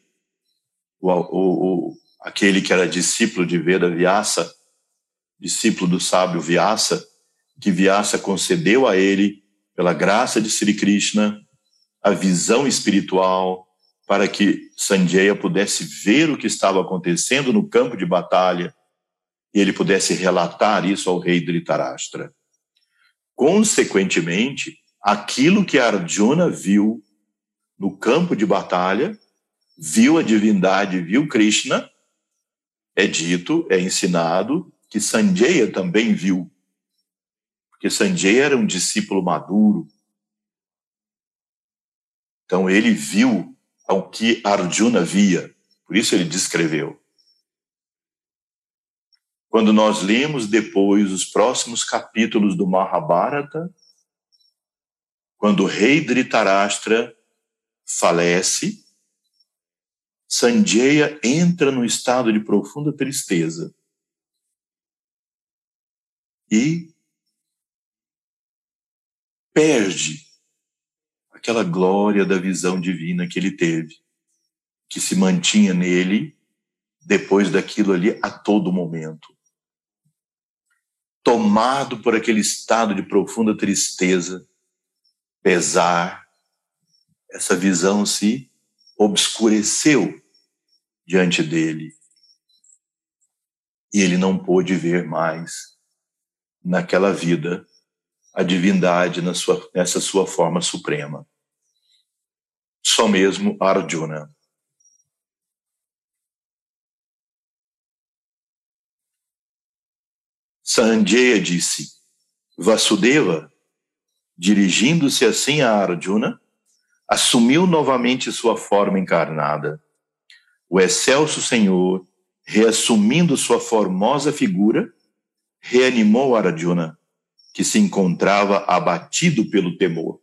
aquele que era discípulo de Veda Vyasa, discípulo do sábio Vyasa, que Vyasa concedeu a ele, pela graça de Sri Krishna, a visão espiritual para que Sanjaya pudesse ver o que estava acontecendo no campo de batalha e ele pudesse relatar isso ao rei Dhritarashtra. Consequentemente, aquilo que Arjuna viu no campo de batalha, viu a divindade, viu Krishna, é dito, é ensinado que Sanjaya também viu. Porque Sanjaya era um discípulo maduro. Então ele viu ao que Arjuna via. Por isso ele descreveu. Quando nós lemos depois os próximos capítulos do Mahabharata, quando o rei Dhritarashtra falece, Sanjaya entra num estado de profunda tristeza e perde aquela glória da visão divina que ele teve, que se mantinha nele depois daquilo ali a todo momento. Tomado por aquele estado de profunda tristeza, pesar, essa visão se obscureceu diante dele. E ele não pôde ver mais naquela vida a divindade nessa sua forma suprema. Só mesmo Arjuna. Sanjaya disse, Vasudeva, dirigindo-se assim a Arjuna, assumiu novamente sua forma encarnada. O excelso Senhor, reassumindo sua formosa figura, reanimou Arjuna, que se encontrava abatido pelo temor.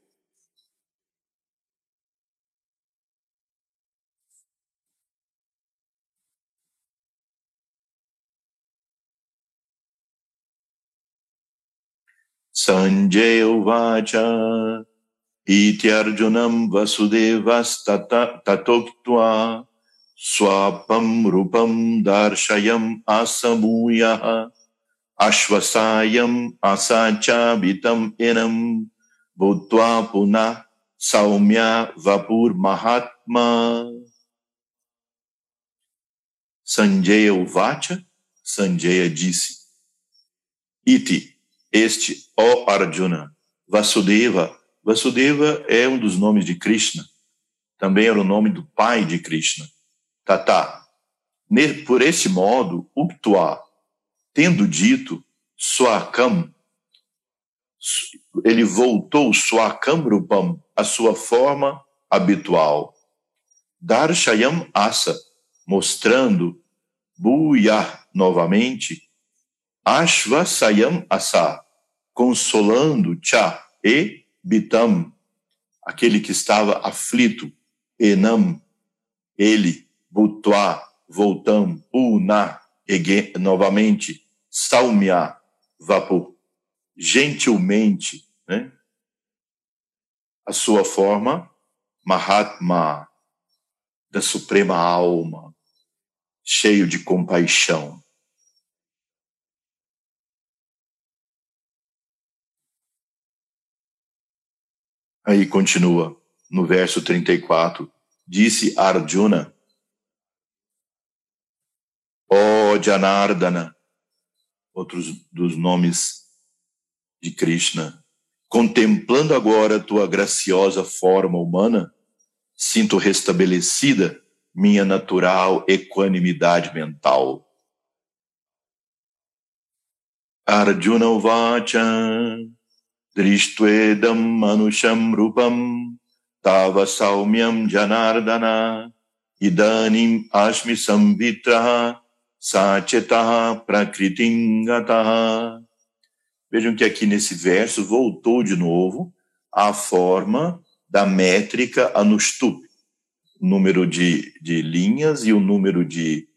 Sanjaya uvacha iti Arjunam Vasudevas tatoktva swapam rupam darshayam asamuyah ashvasayam asachabitam enam bhutva punah saumya vapur mahatma. Sanjaya uvacha, Sanjaya disse, iti, este, ó Arjuna, Vasudeva. Vasudeva é um dos nomes de Krishna. Também era o nome do pai de Krishna. Tata. Por esse modo, Uktva, tendo dito Swakam, ele voltou Swakam Rupam, a sua forma habitual. Darshayam Asa, mostrando Bhuyah novamente, Ashvasayam Asa, consolando Cha e Bitam, aquele que estava aflito, Enam, ele, Bhutva, voltam, Puna, novamente, Saumya, Vapur, gentilmente, né? A sua forma, Mahatma, da suprema alma, cheio de compaixão. Aí continua, no verso 34, disse Arjuna, ó Janardana, outros dos nomes de Krishna, contemplando agora tua graciosa forma humana, sinto restabelecida minha natural equanimidade mental. Arjuna uvacha Drishtvedam manusham rupam tava saumyam janardana idanim ashmi samvitraha sachetaha prakritingataha. Vejam que aqui nesse verso voltou de novo a forma da métrica Anushtup, o número de linhas e o número de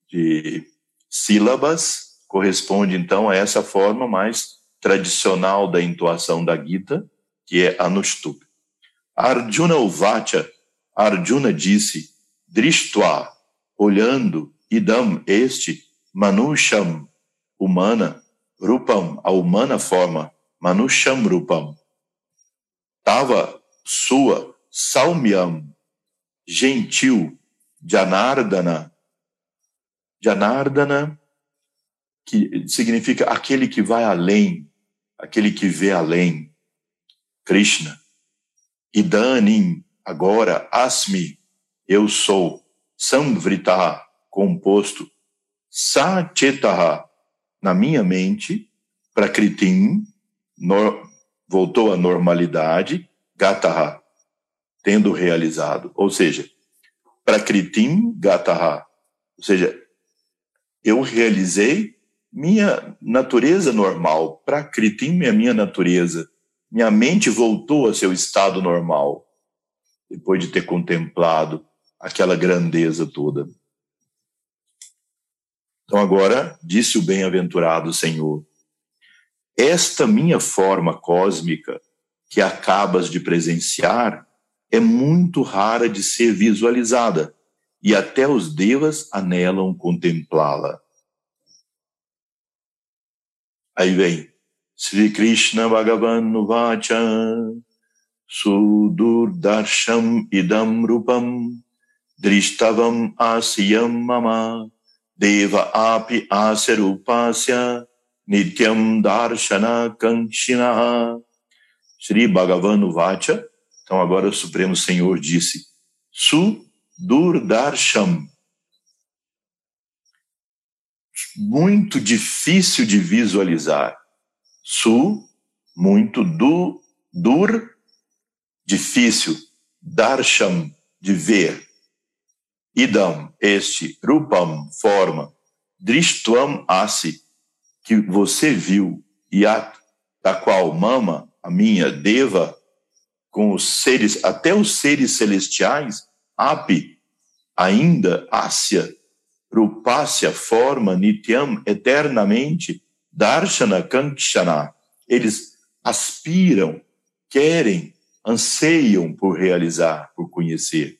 sílabas corresponde então a essa forma mais tradicional da entoação da Gita, que é Anushtup. Arjuna uvacha, Arjuna disse, Drishtva, olhando, idam, este, manusham, humana, rupam, a humana forma, manusham rupam, tava, sua, saumyam, gentil, janardana, janardana, que significa aquele que vai além, aquele que vê além, Krishna. Idanim, agora, asmi, eu sou, samvritaha, composto, sachetaha, na minha mente, prakritim, voltou à normalidade, gataha, tendo realizado. Ou seja, prakritim gataha. Ou seja, eu realizei minha natureza normal. Prakritim é a minha natureza. Minha mente voltou a seu estado normal, depois de ter contemplado aquela grandeza toda. Então agora, disse o bem-aventurado Senhor, esta minha forma cósmica que acabas de presenciar é muito rara de ser visualizada e até os devas anelam contemplá-la. Aí vem Sri Krishna Bhagavan Uvacha Sudurdarsham idam rupam drishtavam asiyam mama deva api asarupasya nityam darshana kanshina. Sri Bhagavan Uvacha. Então agora o Supremo Senhor disse Sudurdarsham, muito difícil de visualizar. Muito, dur, difícil, darsham, de ver. Idam, este, rupam, forma, drishtvam asi, que você viu, e a qual mama, a minha, deva, com os seres, até os seres celestiais, api, ainda, asya, rupasya, forma, nityam, eternamente, darshana, kankshana, eles aspiram, querem, anseiam por realizar, por conhecer.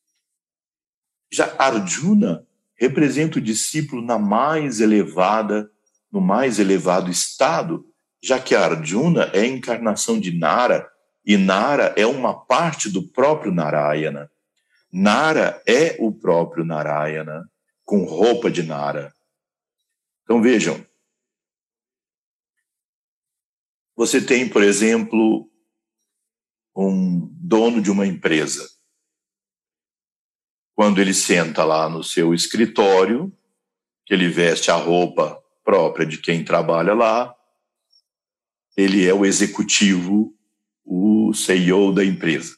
Já Arjuna representa o discípulo no mais elevado estado, já que Arjuna é a encarnação de Nara, e Nara é uma parte do próprio Narayana. Nara é o próprio Narayana, com roupa de Nara. Então vejam, você tem, por exemplo, um dono de uma empresa. Quando ele senta lá no seu escritório, que ele veste a roupa própria de quem trabalha lá, ele é o executivo, o CEO da empresa.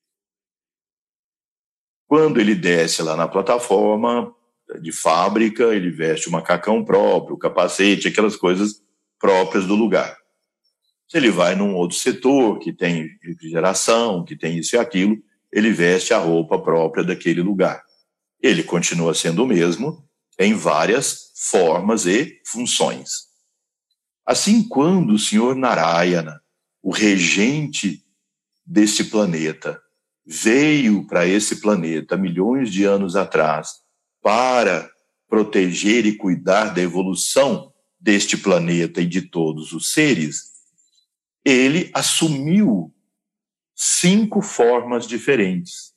Quando ele desce lá na plataforma de fábrica, ele veste o macacão próprio, o capacete, aquelas coisas próprias do lugar. Se ele vai num outro setor que tem refrigeração, que tem isso e aquilo, ele veste a roupa própria daquele lugar. Ele continua sendo o mesmo em várias formas e funções. Assim, quando o Senhor Narayana, o regente deste planeta, veio para esse planeta milhões de anos atrás para proteger e cuidar da evolução deste planeta e de todos os seres, ele assumiu 5 formas diferentes.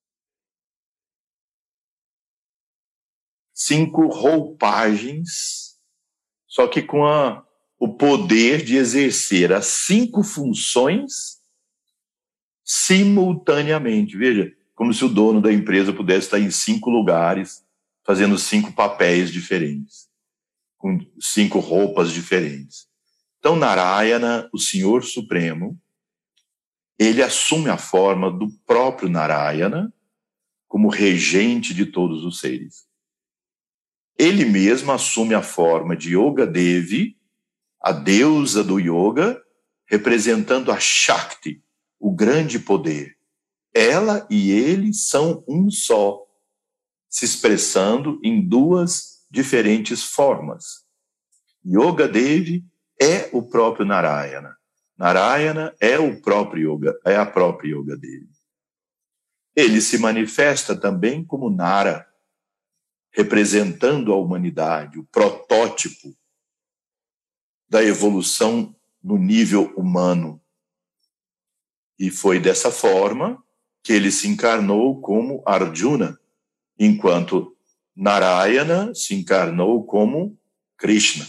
5 roupagens, só que com o poder de exercer as 5 funções simultaneamente. Veja, como se o dono da empresa pudesse estar em 5 lugares, fazendo 5 papéis diferentes, com 5 roupas diferentes. Então, Narayana, o Senhor Supremo, ele assume a forma do próprio Narayana como regente de todos os seres. Ele mesmo assume a forma de Yoga Devi, a deusa do yoga, representando a Shakti, o grande poder. Ela e ele são um só, se expressando em 2 diferentes formas. Yoga Devi é o próprio Narayana. Narayana é o próprio yoga, é a própria Yoga Devi. Ele se manifesta também como Nara, representando a humanidade, o protótipo da evolução no nível humano. E foi dessa forma que ele se encarnou como Arjuna, enquanto Narayana se encarnou como Krishna.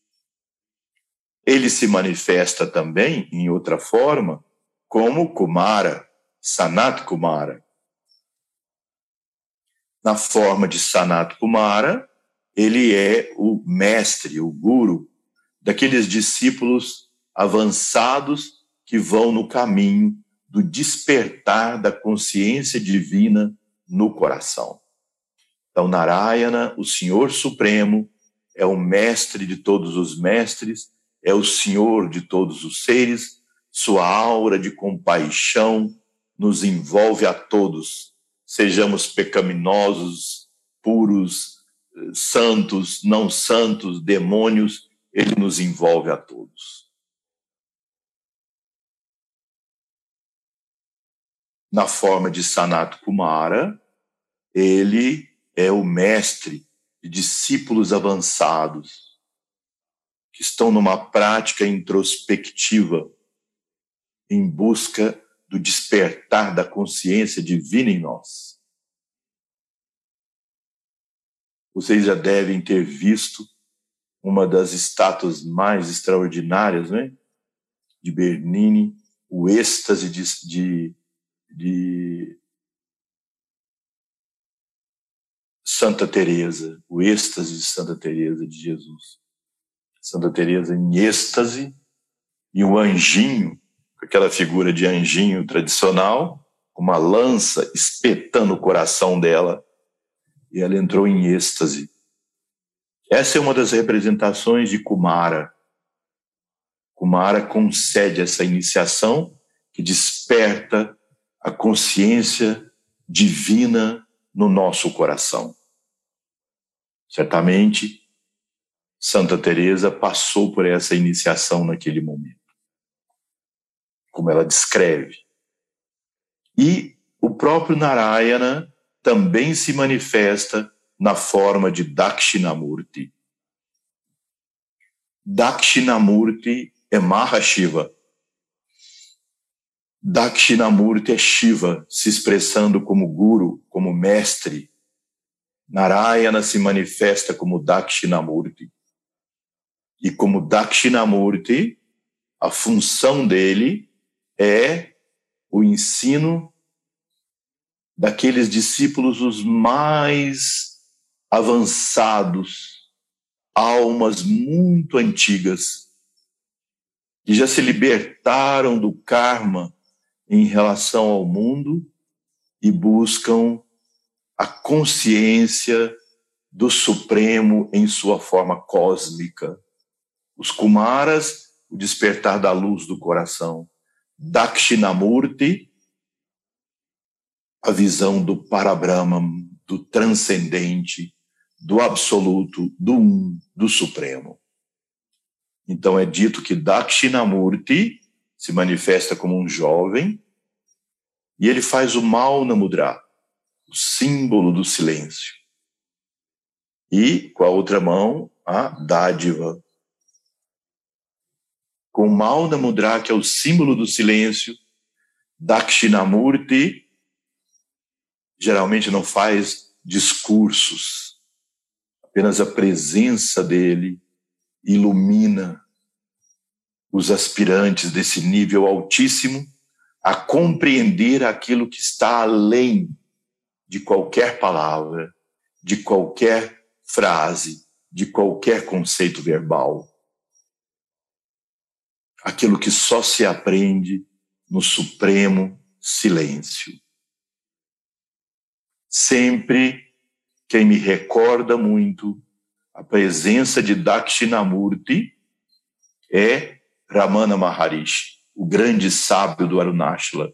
Ele se manifesta também, em outra forma, como Kumara, Sanat Kumara. Na forma de Sanat Kumara, ele é o mestre, o guru, daqueles discípulos avançados que vão no caminho do despertar da consciência divina no coração. Então, Narayana, o Senhor Supremo, é o mestre de todos os mestres, é o Senhor de todos os seres, sua aura de compaixão nos envolve a todos, sejamos pecaminosos, puros, santos, não santos, demônios, ele nos envolve a todos. Na forma de Sanat Kumara, ele é o mestre de discípulos avançados que estão numa prática introspectiva em busca do despertar da consciência divina em nós. Vocês já devem ter visto uma das estátuas mais extraordinárias, né, de Bernini, o êxtase de Santa Teresa, o êxtase de Santa Teresa de Jesus. Santa Teresa em êxtase, e o anjinho, aquela figura de anjinho tradicional, com uma lança espetando o coração dela, e ela entrou em êxtase. Essa é uma das representações de Kumara. Kumara concede essa iniciação que desperta a consciência divina no nosso coração. Certamente, Santa Teresa passou por essa iniciação naquele momento, como ela descreve. E o próprio Narayana também se manifesta na forma de Dakshinamurti. Dakshinamurti é Mahashiva. Dakshinamurti é Shiva, se expressando como guru, como mestre. Narayana se manifesta como Dakshinamurti. E como Dakshinamurti, a função dele é o ensino daqueles discípulos os mais avançados, almas muito antigas, que já se libertaram do karma em relação ao mundo e buscam a consciência do Supremo em sua forma cósmica. Os Kumaras, o despertar da luz do coração. Dakshinamurti, a visão do Parabrahman, do transcendente, do absoluto, do um, do supremo. Então é dito que Dakshinamurti se manifesta como um jovem e ele faz o Mauna Mudra, o símbolo do silêncio. E com a outra mão, a dádiva. Com o Mauna Mudra, que é o símbolo do silêncio, Dakshinamurti geralmente não faz discursos, apenas a presença dele ilumina os aspirantes desse nível altíssimo a compreender aquilo que está além de qualquer palavra, de qualquer frase, de qualquer conceito verbal. Aquilo que só se aprende no supremo silêncio. Sempre quem me recorda muito a presença de Dakshinamurti é Ramana Maharishi, o grande sábio do Arunachala.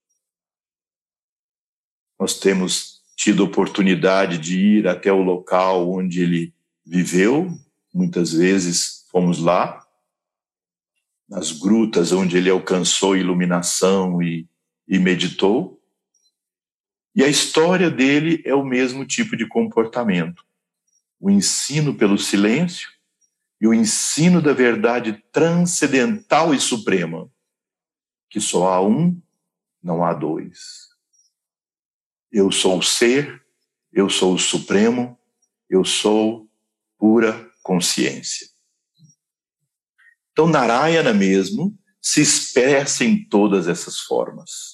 Nós temos tido oportunidade de ir até o local onde ele viveu, muitas vezes fomos lá, nas grutas onde ele alcançou iluminação e meditou. E a história dele é o mesmo tipo de comportamento. O ensino pelo silêncio e o ensino da verdade transcendental e suprema, que só há um, não há dois. Eu sou o ser, eu sou o supremo, eu sou pura consciência. Então Narayana mesmo se expressa em todas essas formas.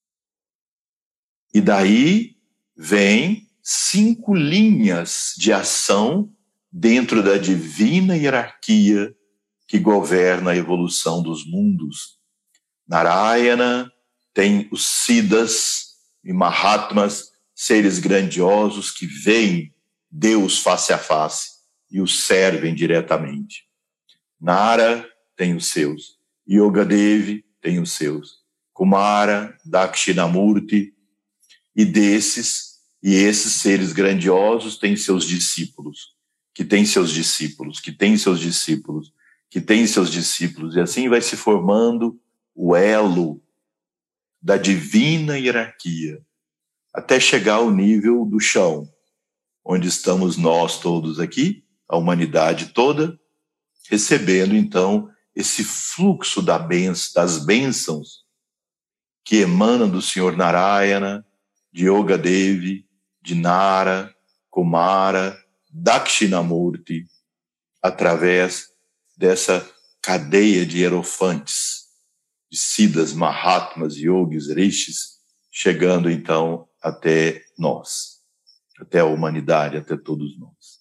E daí vem 5 linhas de ação dentro da divina hierarquia que governa a evolução dos mundos. Narayana tem os Siddhas e Mahatmas, seres grandiosos que veem Deus face a face e o servem diretamente. Nara tem os seus, Yogadevi tem os seus, Kumara, Dakshinamurti, e esses seres grandiosos têm seus discípulos, que têm seus discípulos, que têm seus discípulos, que têm seus discípulos, e assim vai se formando o elo da divina hierarquia, até chegar ao nível do chão, onde estamos nós todos aqui, a humanidade toda, recebendo então esse fluxo das bênçãos que emanam do Senhor Narayana, de Yogadevi, de Nara, Kumara, Dakshinamurti, através dessa cadeia de hierofantes, de siddhas, mahatmas, yogis, rishis, chegando então até nós, até a humanidade, até todos nós.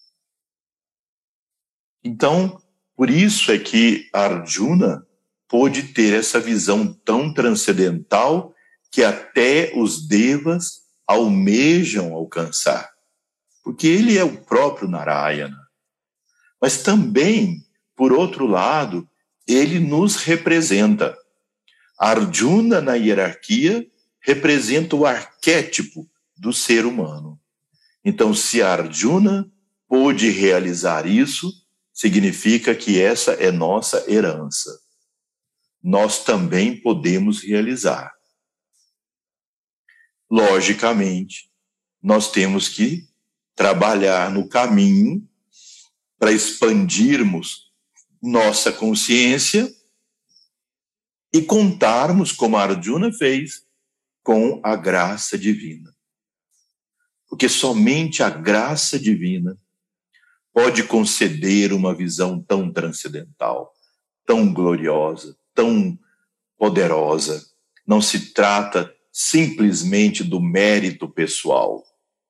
Então, por isso é que Arjuna pôde ter essa visão tão transcendental que até os devas almejam alcançar, porque ele é o próprio Narayana. Mas também, por outro lado, ele nos representa. Arjuna, na hierarquia, representa o arquétipo do ser humano. Então, se Arjuna pôde realizar isso, significa que essa é nossa herança. Nós também podemos realizar. Logicamente, nós temos que trabalhar no caminho para expandirmos nossa consciência e contarmos, como Arjuna fez, com a graça divina. Porque somente a graça divina pode conceder uma visão tão transcendental, tão gloriosa, tão poderosa. Não se trata simplesmente do mérito pessoal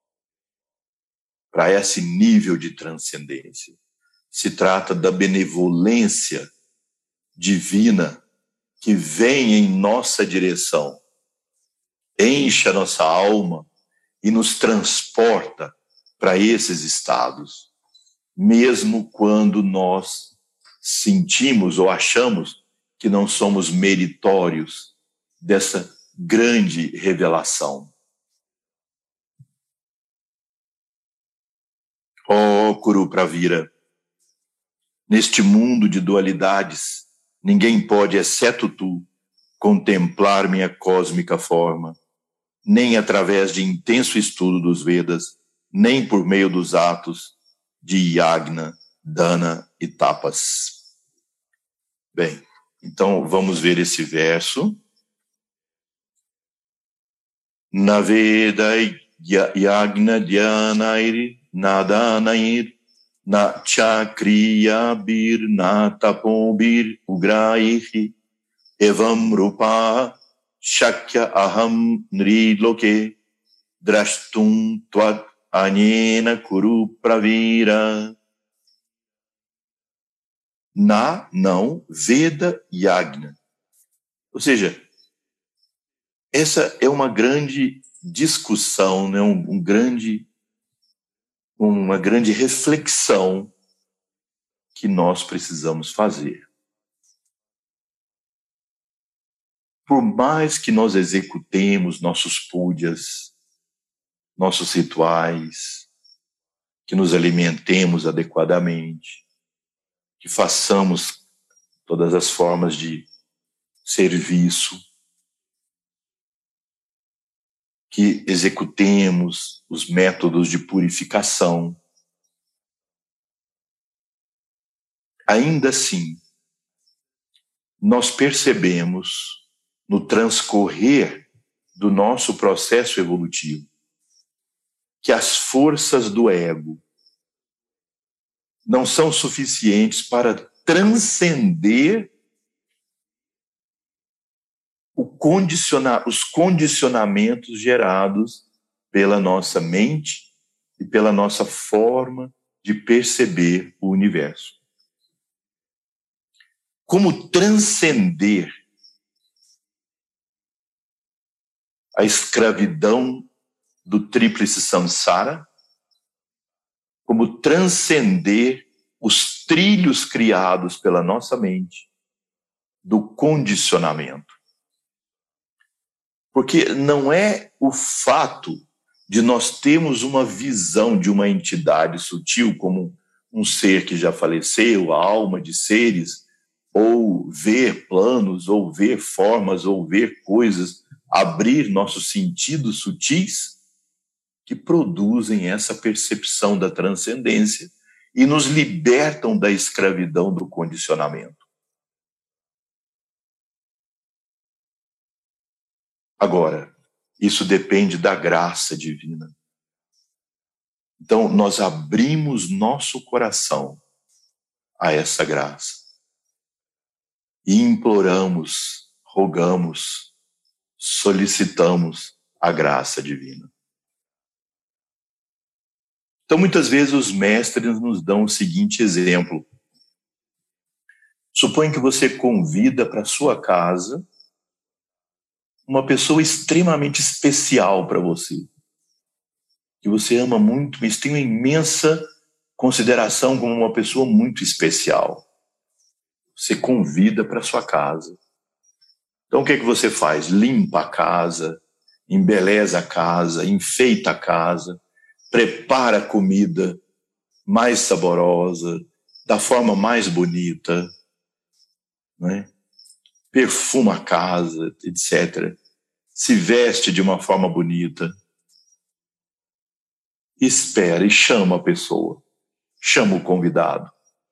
para esse nível de transcendência. Se trata da benevolência divina que vem em nossa direção, enche a nossa alma e nos transporta para esses estados, mesmo quando nós sentimos ou achamos que não somos meritórios dessa grande revelação. Ó Kurupravira, neste mundo de dualidades, ninguém pode, exceto tu, contemplar minha cósmica forma, nem através de intenso estudo dos Vedas, nem por meio dos atos de yagna, dana e tapas. Bem, então vamos ver esse verso. Na Veda yagna dhyanair nadanair na chakriya bir na tapobir ugraihi evam rupa shakya aham nriloke drashtum tvat anena Kurupravira. Na, não, Veda Yagna. Ou seja, essa é uma grande discussão, né? Uma grande reflexão que nós precisamos fazer. Por mais que nós executemos nossos púdias, nossos rituais, que nos alimentemos adequadamente, que façamos todas as formas de serviço, que executemos os métodos de purificação, ainda assim, nós percebemos no transcorrer do nosso processo evolutivo que as forças do ego não são suficientes para transcender os condicionamentos gerados pela nossa mente e pela nossa forma de perceber o universo. Como transcender a escravidão do tríplice samsara, como transcender os trilhos criados pela nossa mente do condicionamento. Porque não é o fato de nós termos uma visão de uma entidade sutil como um ser que já faleceu, a alma de seres, ou ver planos, ou ver formas, ou ver coisas, abrir nossos sentidos sutis, que produzem essa percepção da transcendência e nos libertam da escravidão do condicionamento. Agora, isso depende da graça divina. Então, nós abrimos nosso coração a essa graça e imploramos, rogamos, solicitamos a graça divina. Então, muitas vezes os mestres nos dão o seguinte exemplo. Suponha que você convida para sua casa uma pessoa extremamente especial para você, que você ama muito, mas tem uma imensa consideração como uma pessoa muito especial. Você convida para sua casa. Então, o que é que você faz? Limpa a casa, embeleza a casa, enfeita a casa, prepara a comida mais saborosa, da forma mais bonita, né? Perfuma a casa, etc. Se veste de uma forma bonita. Espera e chama a pessoa. Chama o convidado.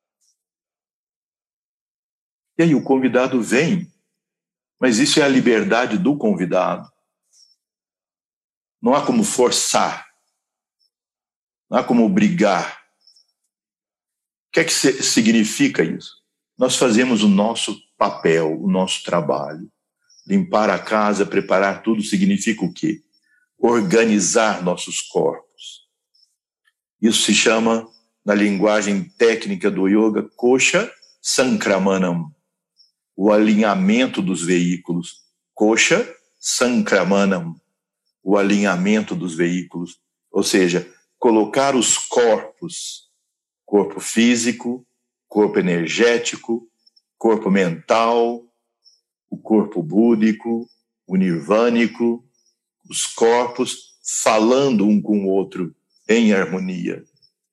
E aí o convidado vem, mas isso é a liberdade do convidado. Não há como forçar. Não há como obrigar. O que é que significa isso? Nós fazemos o nosso papel, o nosso trabalho. Limpar a casa, preparar tudo significa o quê? Organizar nossos corpos. Isso se chama, na linguagem técnica do yoga, kosha sankramanam, o alinhamento dos veículos. Kosha sankramanam, o alinhamento dos veículos. Ou seja, colocar os corpos, corpo físico, corpo energético, corpo mental, o corpo búdico, o nirvânico, os corpos falando um com o outro em harmonia.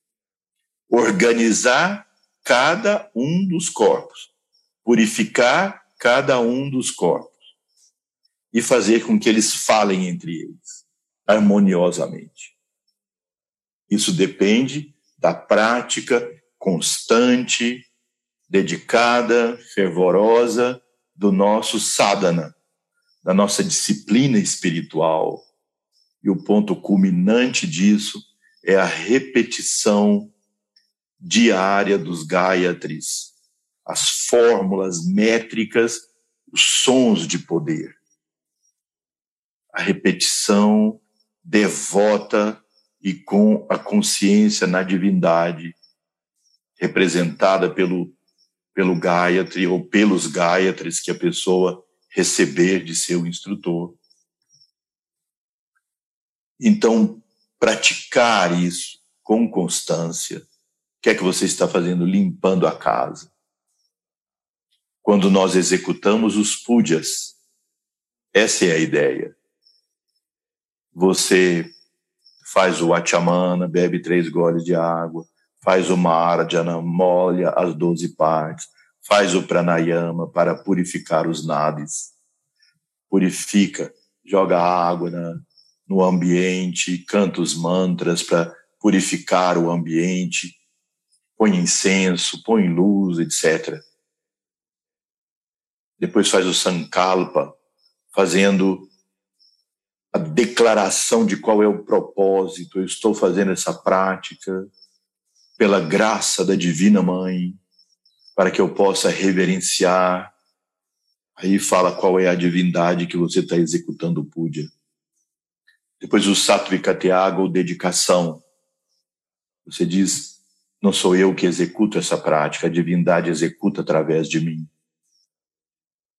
Organizar cada um dos corpos, purificar cada um dos corpos e fazer com que eles falem entre eles, harmoniosamente. Isso depende da prática constante, dedicada, fervorosa do nosso sadhana, da nossa disciplina espiritual. E o ponto culminante disso é a repetição diária dos Gayatris, as fórmulas métricas, os sons de poder. A repetição devota e com a consciência na divindade, representada pelo Gayatri ou pelos Gayatris que a pessoa receber de seu instrutor. Então, praticar isso com constância. O que é que você está fazendo? Limpando a casa. Quando nós executamos os pujas, essa é a ideia. Você faz o achamana, bebe 3 goles de água, faz o marjana, molha as 12 partes, faz o pranayama para purificar os nadis. Purifica, joga água no ambiente, canta os mantras para purificar o ambiente, põe incenso, põe luz, etc. Depois faz o sankalpa, fazendo a declaração de qual é o propósito. Eu estou fazendo essa prática pela graça da Divina Mãe, para que eu possa reverenciar. Aí fala qual é a divindade que você está executando o puja. Depois o Sattvika Tyaga, ou dedicação. Você diz, não sou eu que executo essa prática, a divindade executa através de mim.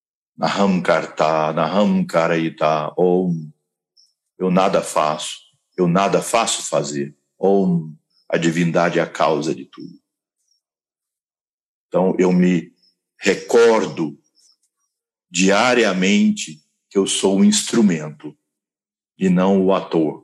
Naham Karta, Naham Karayita, Om. Eu nada faço, eu nada faço fazer. Om, a divindade é a causa de tudo. Então, eu me recordo diariamente que eu sou um instrumento e não o ator.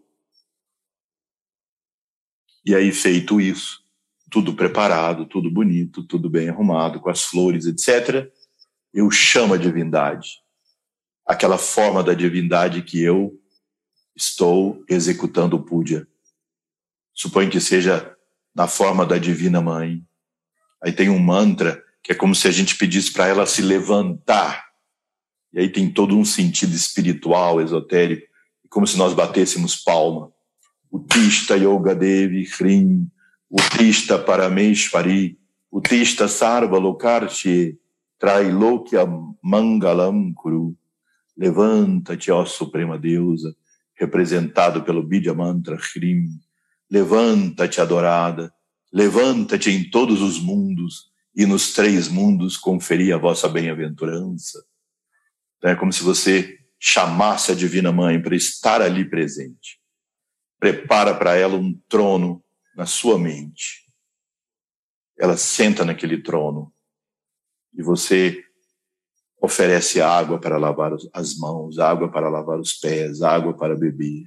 E aí, feito isso, tudo preparado, tudo bonito, tudo bem arrumado, com as flores, etc., eu chamo a divindade. Aquela forma da divindade que eu estou executando o puja. Suponho que seja na forma da Divina Mãe. Aí tem um mantra que é como se a gente pedisse para ela se levantar. E aí tem todo um sentido espiritual, esotérico, como se nós batêssemos palma. Uttishta Yoga Devi Hrim, Uttishta Parameshvari, Uttishta Sarva Lokarshi, Trailokya Mangalam Kuru. Levanta-te, ó Suprema Deusa, representado pelo Bidya Mantra Hrim. Levanta-te, adorada, levanta-te em todos os mundos e nos 3 mundos conferi a vossa bem-aventurança. Então é como se você chamasse a Divina Mãe para estar ali presente. Prepara para ela um trono na sua mente. Ela senta naquele trono e você oferece água para lavar as mãos, água para lavar os pés, água para beber.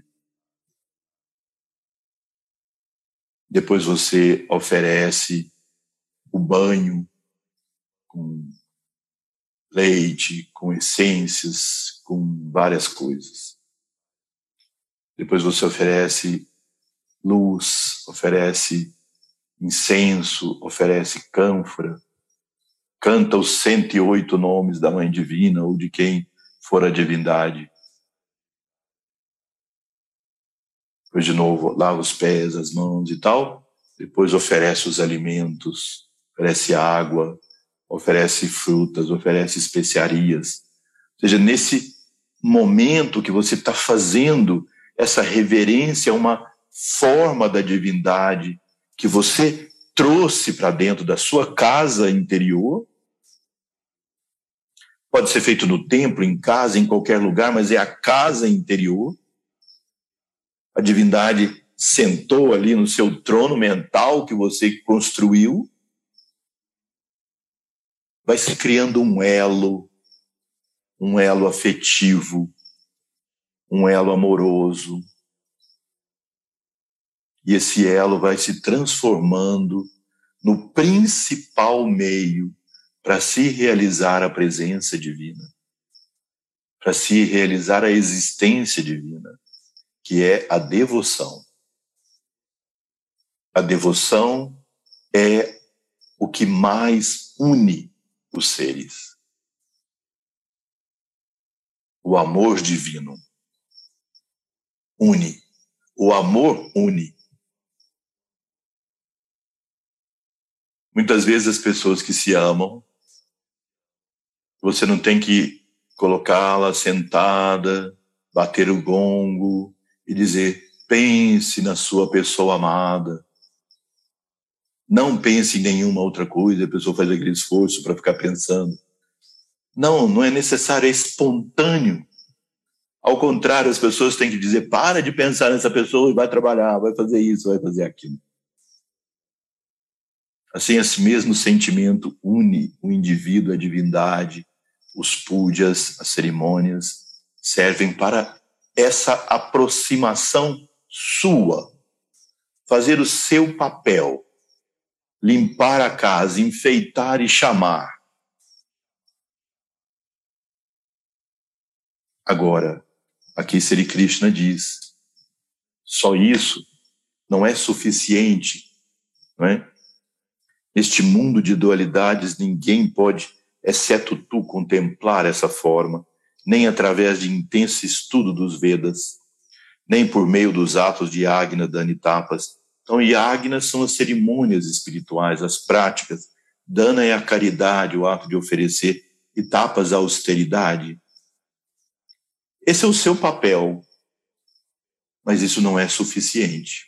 Depois você oferece o banho com leite, com essências, com várias coisas. Depois você oferece luz, oferece incenso, oferece cânfora, canta os 108 nomes da Mãe Divina ou de quem for a divindade. Depois, de novo, lava os pés, as mãos e tal. Depois oferece os alimentos, oferece água, oferece frutas, oferece especiarias. Ou seja, nesse momento que você está fazendo essa reverência a uma forma da divindade que você trouxe para dentro da sua casa interior. Pode ser feito no templo, em casa, em qualquer lugar, mas é a casa interior. A divindade sentou ali no seu trono mental que você construiu. Vai se criando um elo afetivo, um elo amoroso. E esse elo vai se transformando no principal meio para se realizar a presença divina, para se realizar a existência divina, que é a devoção. A devoção é o que mais une os seres. O amor divino une. O amor une. Muitas vezes as pessoas que se amam, você não tem que colocá-la sentada, bater o gongo e dizer, pense na sua pessoa amada. Não pense em nenhuma outra coisa, a pessoa faz aquele esforço para ficar pensando. Não é necessário, é espontâneo. Ao contrário, as pessoas têm que dizer, para de pensar nessa pessoa e vai trabalhar, vai fazer isso, vai fazer aquilo. Assim, esse mesmo sentimento une o indivíduo, a divindade, os pujas, as cerimônias, servem para essa aproximação sua, fazer o seu papel, limpar a casa, enfeitar e chamar. Agora, aqui Sri Krishna diz, só isso não é suficiente, não é? Neste mundo de dualidades, ninguém pode, exceto tu, contemplar essa forma, nem através de intenso estudo dos Vedas, nem por meio dos atos de yagna, dana e tapas. Então, yagnas são as cerimônias espirituais, as práticas. Dana é a caridade, o ato de oferecer, e tapas a austeridade. Esse é o seu papel, mas isso não é suficiente.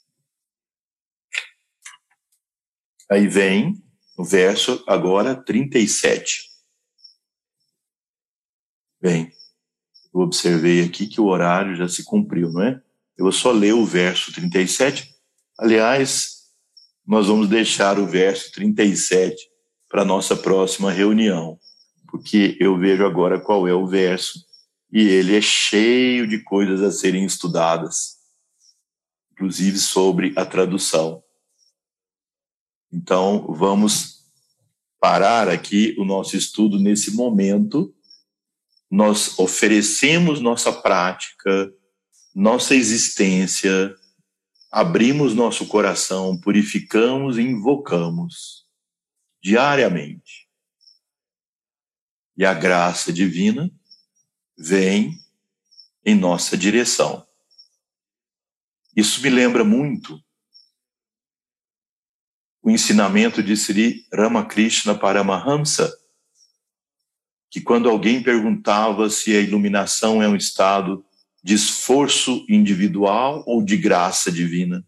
Aí vem o verso agora 37. Bem, eu observei aqui que o horário já se cumpriu, não é? Eu vou só ler o verso 37. Aliás, nós vamos deixar o verso 37 para a nossa próxima reunião, porque eu vejo agora qual é o verso e ele é cheio de coisas a serem estudadas, inclusive sobre a tradução. Então, vamos parar aqui o nosso estudo nesse momento. Nós oferecemos nossa prática, nossa existência, abrimos nosso coração, purificamos e invocamos diariamente. E a graça divina vem em nossa direção. Isso me lembra muito o ensinamento de Sri Ramakrishna Paramahamsa, que quando alguém perguntava se a iluminação é um estado de esforço individual ou de graça divina,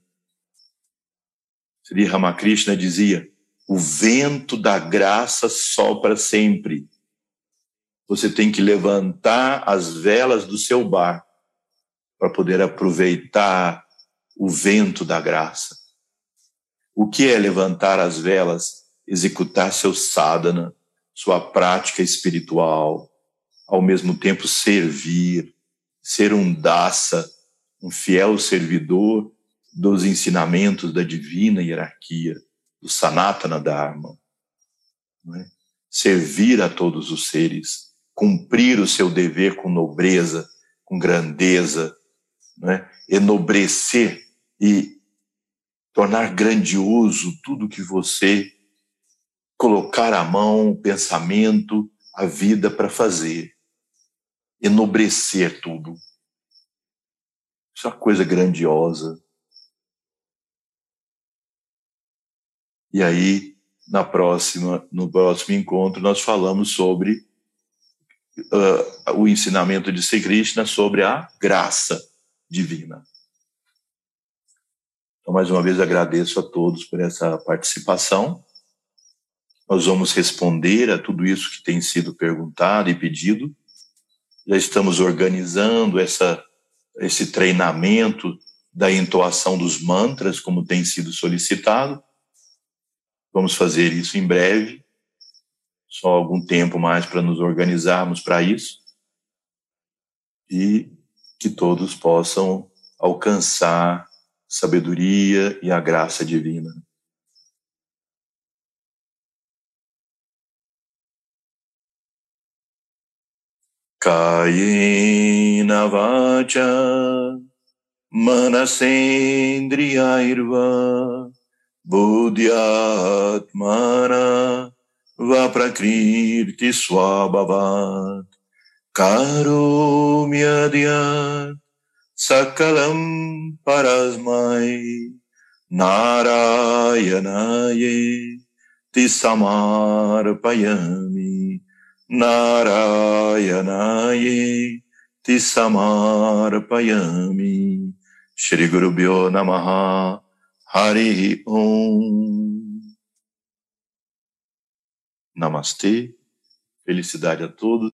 Sri Ramakrishna dizia: o vento da graça sopra sempre. Você tem que levantar as velas do seu barco para poder aproveitar o vento da graça. O que é levantar as velas? Executar seu sadhana, sua prática espiritual, ao mesmo tempo servir, ser um dasa, um fiel servidor dos ensinamentos da divina hierarquia, do Sanatana Dharma. Não é? Servir a todos os seres, cumprir o seu dever com nobreza, com grandeza, não é? Enobrecer e tornar grandioso tudo que você colocar a mão, o pensamento, a vida para fazer. Enobrecer tudo. Isso é uma coisa grandiosa. E aí, no próximo encontro, nós falamos sobre o ensinamento de Sri Krishna sobre a graça divina. Então, mais uma vez, agradeço a todos por essa participação. Nós vamos responder a tudo isso que tem sido perguntado e pedido. Já estamos organizando esse treinamento da entoação dos mantras, como tem sido solicitado. Vamos fazer isso em breve. Só algum tempo mais para nos organizarmos para isso. E que todos possam alcançar sabedoria e a graça divina. Kayena vacha manasendriyairva buddhyatmana va prakriti swabhavat karomi adyat sakalam parasmai narayanaye tisamarpayami Narayanaye Tisamarpayami Shri Gurubhyo Namaha Hari Om. Namastê, felicidade a todos.